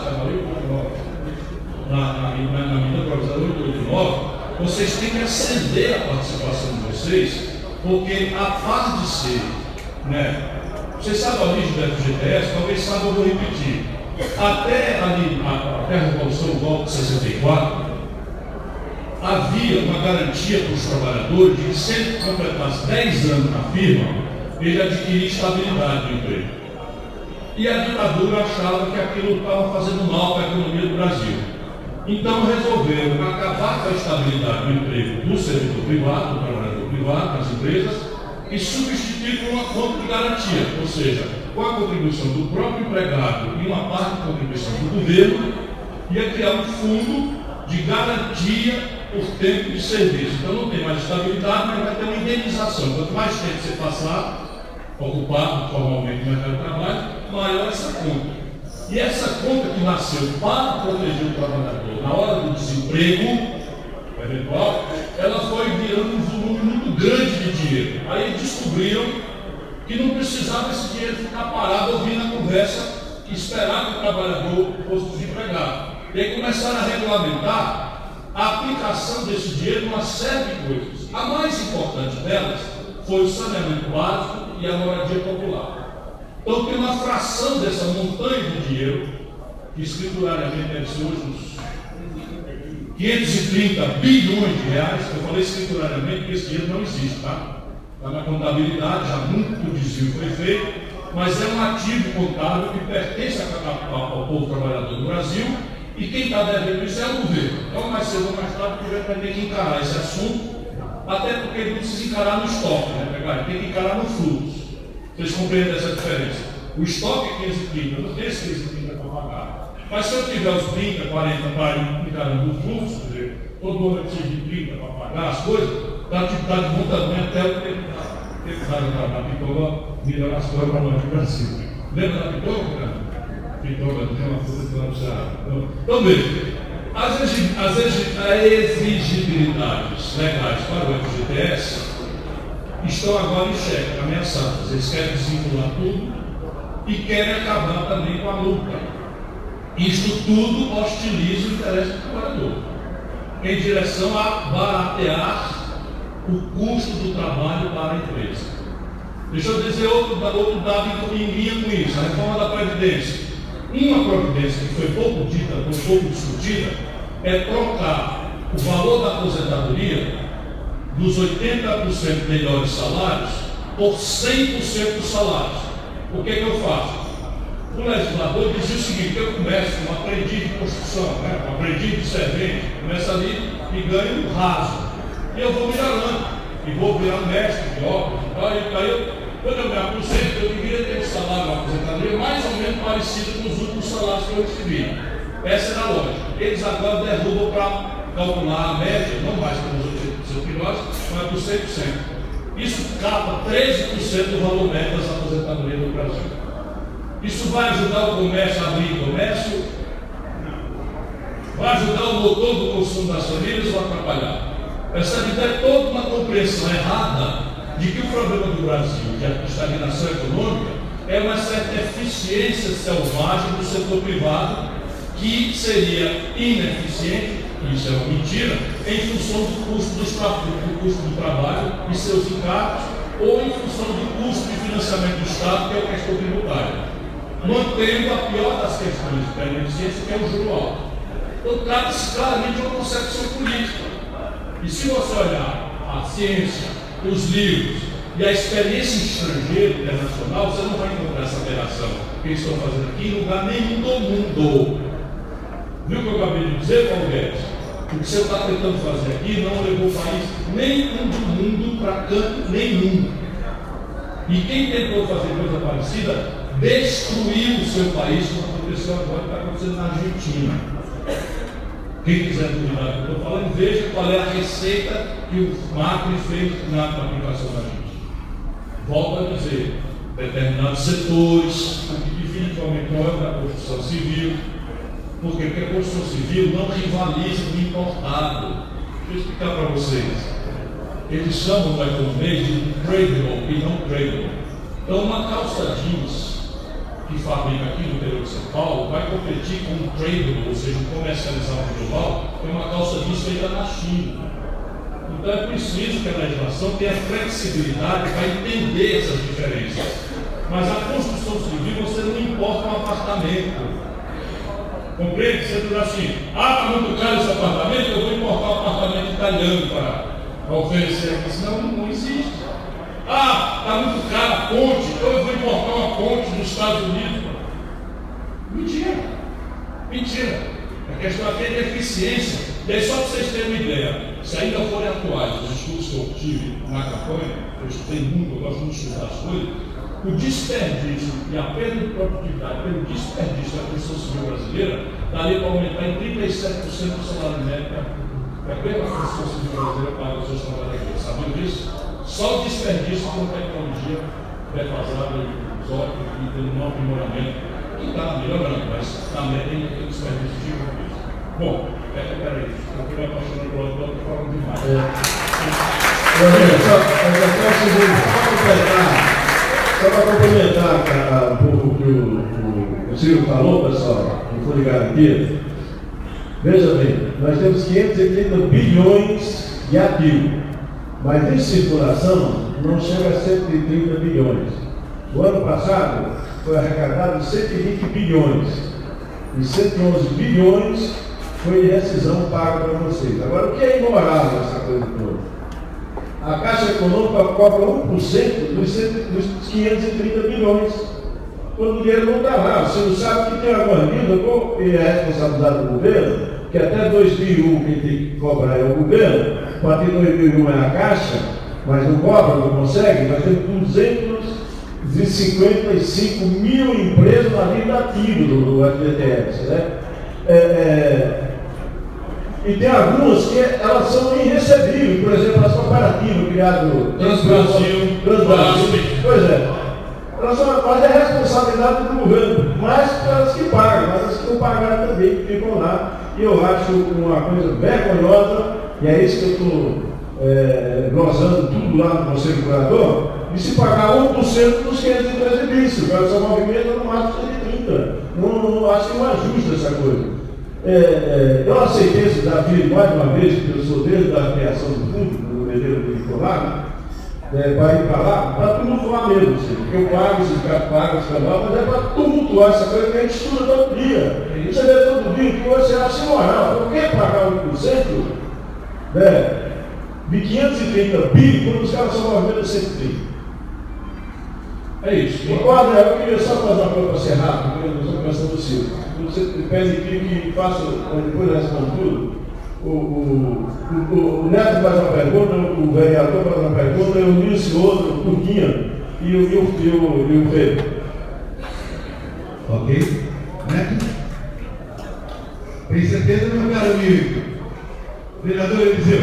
na medida provisória 889, vocês têm que acender a participação de vocês, porque a parte de ser, né? Vocês sabem a origem do FGTS, talvez saibam, eu vou repetir. Até a Revolução do Golpe de 64, havia uma garantia para os trabalhadores de que se ele completasse 10 anos na firma, ele adquiria estabilidade no emprego. E a ditadura achava que aquilo estava fazendo mal para a economia do Brasil. Então resolveram acabar com a estabilidade do emprego do servidor privado, do trabalhador privado, das empresas, e substituir por uma conta de garantia, ou seja, com a contribuição do próprio empregado e uma parte da contribuição do governo, ia criar um fundo de garantia por tempo de serviço. Então não tem mais estabilidade, mas vai ter uma indenização. Quanto mais tempo você passar ocupado formalmente no mercado de trabalho, maior essa conta. E essa conta que nasceu para proteger o trabalhador na hora do desemprego eventual, ela foi virando um volume muito grande de dinheiro. Aí descobriram que não precisava esse dinheiro ficar parado ouvindo a conversa e esperar que o trabalhador fosse desempregado. E aí começaram a regulamentar a aplicação desse dinheiro em uma série de coisas. A mais importante delas foi o saneamento básico e a moradia popular. Então tem uma fração dessa montanha de dinheiro, que escriturariamente deve ser hoje uns 530 bilhões de reais. Eu falei escriturariamente porque esse dinheiro não existe, tá? Está na contabilidade, já muito desvio foi feito, mas é um ativo contábil que pertence ao povo trabalhador do Brasil, e quem está devendo isso é o governo. Então, mais cedo ou mais tarde, o governo vai ter que encarar esse assunto, até porque ele não precisa encarar no estoque, né? Ele tem que encarar no fluxo. Vocês compreendem essa diferença? O estoque é 15,30, não tem esse 15,30 para pagar. Mas se eu tiver os 30, 40 para encarando no fluxo, quer dizer, todo mundo precisa de 30 para pagar as coisas, está de montanha até o tempo na Pitola melhorar as coisas para o Brasil. Lembra da Pitola, cara? Pitola tem uma coisa que não precisa. Então veja, as exigibilidades legais para o FGTS estão agora em xeque, ameaçadas. Eles querem desvincular tudo e querem acabar também com a multa. Isto tudo hostiliza o interesse do trabalhador, em direção a baratear o custo do trabalho para a empresa. Deixa eu dizer outro dado em linha com isso, a reforma da Previdência. Uma providência que foi pouco dita, pouco discutida, é trocar o valor da aposentadoria dos 80% melhores salários por 100% dos salários. O que é que eu faço? O legislador dizia o seguinte: eu começo com um aprendiz de construção, um aprendiz de servente, começo ali e ganho raso. E eu vou melhorando, e vou virar mestre de obras, e quando eu me aposento, eu deveria ter um salário, uma aposentadoria mais ou menos parecido com os últimos salários que eu recebi. Essa era a lógica. Eles agora derrubam para calcular a média, não mais como os outros pilotos, mas por 100%. Isso capa 13% do valor médio das aposentadorias no Brasil. Isso vai ajudar o comércio a abrir comércio? Vai ajudar o motor do consumo das famílias ou atrapalhar? Essa ideia é toda uma compreensão errada de que o problema do Brasil, de estagnação econômica, é uma certa eficiência selvagem do setor privado que seria ineficiente, isso é uma mentira, em função do custo do trabalho e seus encargos, ou em função do custo de financiamento do Estado, que é a questão tributária, mantendo a pior das questões da ineficiência, que é o juro alto. Então, trata-se claramente de uma concepção política. E se você olhar a ciência, os livros e a experiência estrangeira, internacional, você não vai encontrar essa operação que eles estão fazendo aqui em lugar nenhum do mundo. Viu o que eu acabei de dizer, Paulo Guedes? O que você está tentando fazer aqui não levou o país nenhum do mundo para canto nenhum. E quem tentou fazer coisa parecida destruiu o seu país, como aconteceu agora, está acontecendo na Argentina. Quem quiser duvidar do que eu estou falando, veja qual é a receita que o Macri fez na aplicação da gente. Volto a dizer, determinados setores, o que definitivamente não é o da construção civil. Por quê? Porque a construção civil não rivaliza com o importado. Deixa eu explicar para vocês. Eles chamam no economês de tradable e não tradable. Então, uma calça jeans que fabrica aqui no interior de São Paulo vai competir com um tradable, ou seja, um comercializado global, que é uma calça jeans feita na China. Então, é preciso que a legislação tenha flexibilidade para entender essas diferenças. Mas a construção civil, você não importa um apartamento. Compreende? Você diz assim, está muito caro esse apartamento, eu vou importar um apartamento italiano para oferecer aqui, senão não existe. Está muito caro a ponte, então eu vou importar uma ponte dos Estados Unidos. Mentira. Mentira. A questão aqui é de eficiência. E aí, só para vocês terem uma ideia, se ainda forem atuais os estudos que eu tive na campanha, eu estudei muito, eu gosto muito de estudar as coisas, o desperdício e a perda de produtividade pelo desperdício da construção civil brasileira daria para aumentar em 37% do salário médio que a mesma construção civil brasileira paga os seus trabalhadores. Sabiam disso? Só o desperdício com tecnologia defasada e exótica e tendo um aprimoramento que está melhorando, mas também tem aquele desperdício gigantesco. Bom, peraí, eu estou me apaixonando por outro, estou falando demais. Só para complementar um pouco o que o Ciro falou, pessoal, no Fundo de Garantia, veja bem, nós temos 530 bilhões de ativo, mas em circulação não chega a 130 bilhões. O ano passado foi arrecadado 120 bilhões e 111 bilhões foi de rescisão paga para vocês. Agora, o que é imoral nessa coisa toda? A Caixa Econômica cobra 1% dos 530 bilhões. Quando o dinheiro não está lá, você não sabe que tem alguma dívida, e é responsabilidade do governo, que até 2001 quem tem que cobrar é o governo, a partir de 2001 é a Caixa, mas não cobra, não consegue, nós temos 255 mil empresas na dívida ativa do FGTS. Né? E tem algumas que elas são irrecebíveis, por exemplo, as cooperativas criadas Transbrasil. Pois é. Mas é responsabilidade do governo, mais para as que pagam, mas as que não pagaram também ficam lá. E eu acho uma coisa vergonhosa, e é isso que eu estou glosando tudo lá no Conselho Curador, de se pagar 1% dos 513 bis, o seu movimento no máximo 130. Não acho que não é justo essa coisa. Eu aceitei esse desafio mais uma vez, porque eu sou desde a criação do fundo, no Medeiros do Nicolás, para ir para lá, para tumultuar mesmo, porque eu pago, os sindicatos pagam, os canais, mas é para tumultuar essa coisa que a gente estuda todo dia. Você vê todo dia que você acha imoral. Por que pagar 1% de 530 bi quando os caras são movimentos 130? É isso. Agora, eu queria só fazer uma coisa para ser rápido, porque nós estamos começando do Ciro. Você pede que faça, depois responde tudo. O Neto faz uma pergunta, o vereador faz uma pergunta, eu disse outra, o Turquinha e o Pedro. Ok? Né? Tem certeza, meu caro amigo? Vereador Eliseu?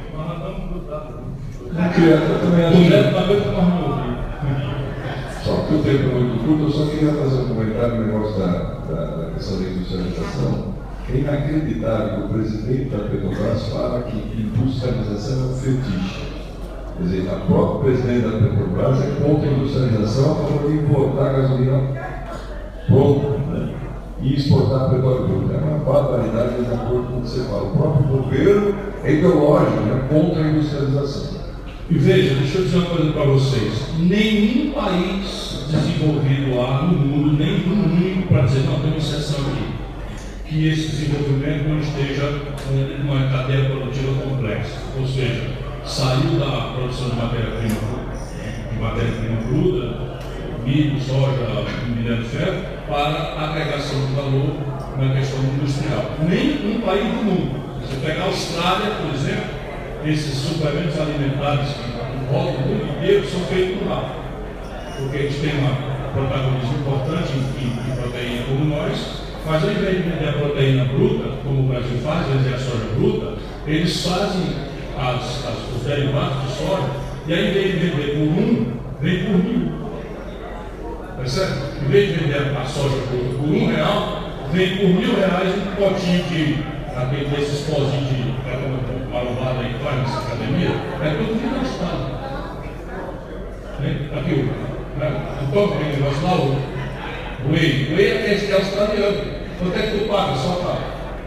Eu também acho. Só que o tempo é muito curto, eu só queria fazer um comentário no negócio da questão da industrialização. É inacreditável que o presidente da Petrobras fala que industrialização é um fetiche. Quer dizer, a própria presidente da Petrobras é contra a industrialização, a favor de importar gasolina pronta, né? E exportar petróleo bruto. É uma barbaridade de acordo com o que você fala. O próprio governo é ideológico, né? Contra a industrialização. E veja, deixa eu dizer uma coisa para vocês. Nenhum país desenvolvido lá no mundo, nenhum único, para dizer, não, tem uma exceção aqui, que esse desenvolvimento não esteja numa cadeia produtiva complexa. Ou seja, saiu da produção de matéria-prima cruda, milho, soja, minério de ferro, para a agregação de valor na questão industrial. Nenhum país do mundo. Se você pegar a Austrália, por exemplo, esses suplementos alimentares que rodam o mundo inteiro são feitos por lá. Porque eles têm um protagonismo importante em proteína como nós, mas ao invés de vender a proteína bruta, como o Brasil faz, vender a soja bruta, eles fazem os derivados de soja, e aí, em vez de vender por 1, vem por 1000. Percebe? Em vez de vender a soja bruta por R$1, vem por R$1.000 um potinho desses pozinhos de marombada aí que faz nessa academia, é tudo vindo do Estado. Aqui o toque tem negócio lá, o whey é australiano. Quanto é que tu paga? Só paga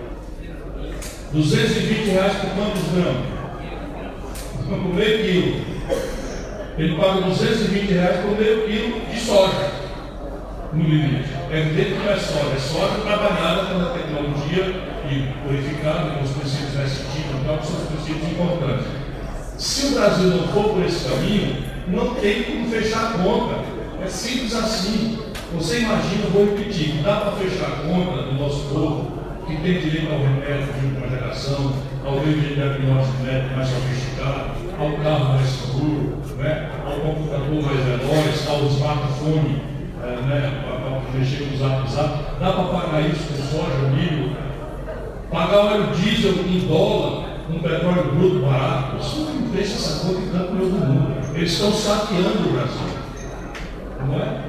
R$220 por quantos gramas? Por meio quilo. Ele paga R$220 por meio quilo de soja. No limite. É evidente que não é soja trabalhada pela tecnologia e purificada com os princípios restritivos, então são os princípios importantes. Se o Brasil não for por esse caminho, não tem como fechar a conta. É simples assim. Você imagina, eu vou repetir, que dá para fechar a conta do nosso povo, que tem direito ao remédio de congelação, ao meio de diagnóstico médico mais sofisticado, ao carro mais seguro, né? Ao computador mais veloz, ao smartphone, para mexer com o zap. Dá para pagar isso com soja, milho, pagar óleo diesel em dólar, um petróleo bruto barato. Isso não deixa essa conta em canto nenhum do mundo. Eles estão saqueando o Brasil. Não é?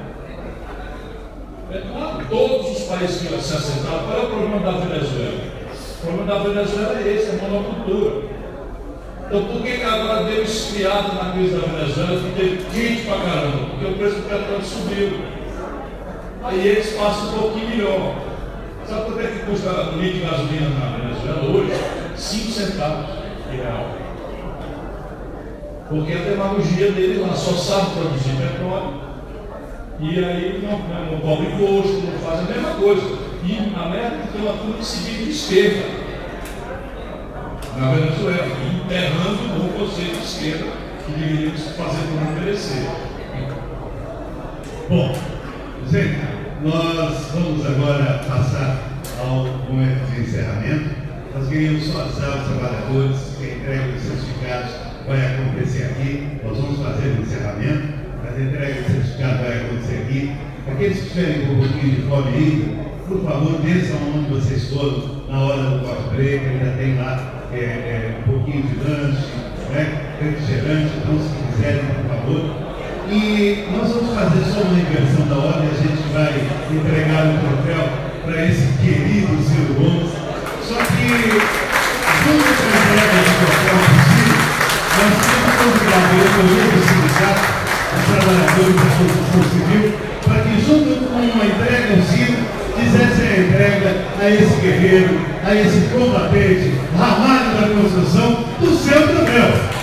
É claro, todos os países que se assentaram. Qual é o problema da Venezuela? O problema da Venezuela é esse, é monocultura. Então por que agora deu esfriado na crise da Venezuela que teve quente pra caramba? Porque o preço do petróleo subiu. Aí eles passam um pouquinho melhor. Sabe quanto é que custa um litro de gasolina na Venezuela hoje? 5 centavos de real. Porque a demagogia dele lá só sabe produzir petróleo. E aí não cobra imposto, não faz a mesma coisa. E a América tem uma turma que se vive de esquerda na Venezuela, enterrando o bom conceito de esquerda que deveríamos fazer por não merecer. Bom, gente, nós vamos agora passar ao momento de encerramento. Nós queríamos só avisar os trabalhadores que a entrega dos certificados vai acontecer aqui. Nós vamos fazer o encerramento, mas a entrega do certificado vai acontecer aqui. Aqueles que estiverem com um pouquinho de fome ainda, por favor, desçam onde vocês foram na hora do coffee break, ainda tem lá um pouquinho de lanche, refrigerante, então se quiserem, por favor. E nós vamos fazer só uma inversão da ordem, a gente vai entregar o troféu para esse querido Ciro Gomes. Só que, junto com a entrega do troféu possível, nós temos convidado a diretoria do sindicato, os trabalhadores da construção civil, para que, junto com uma entrega ao Ciro, fizessem a entrega a esse guerreiro, a esse combatente, ramalho da construção, do seu troféu.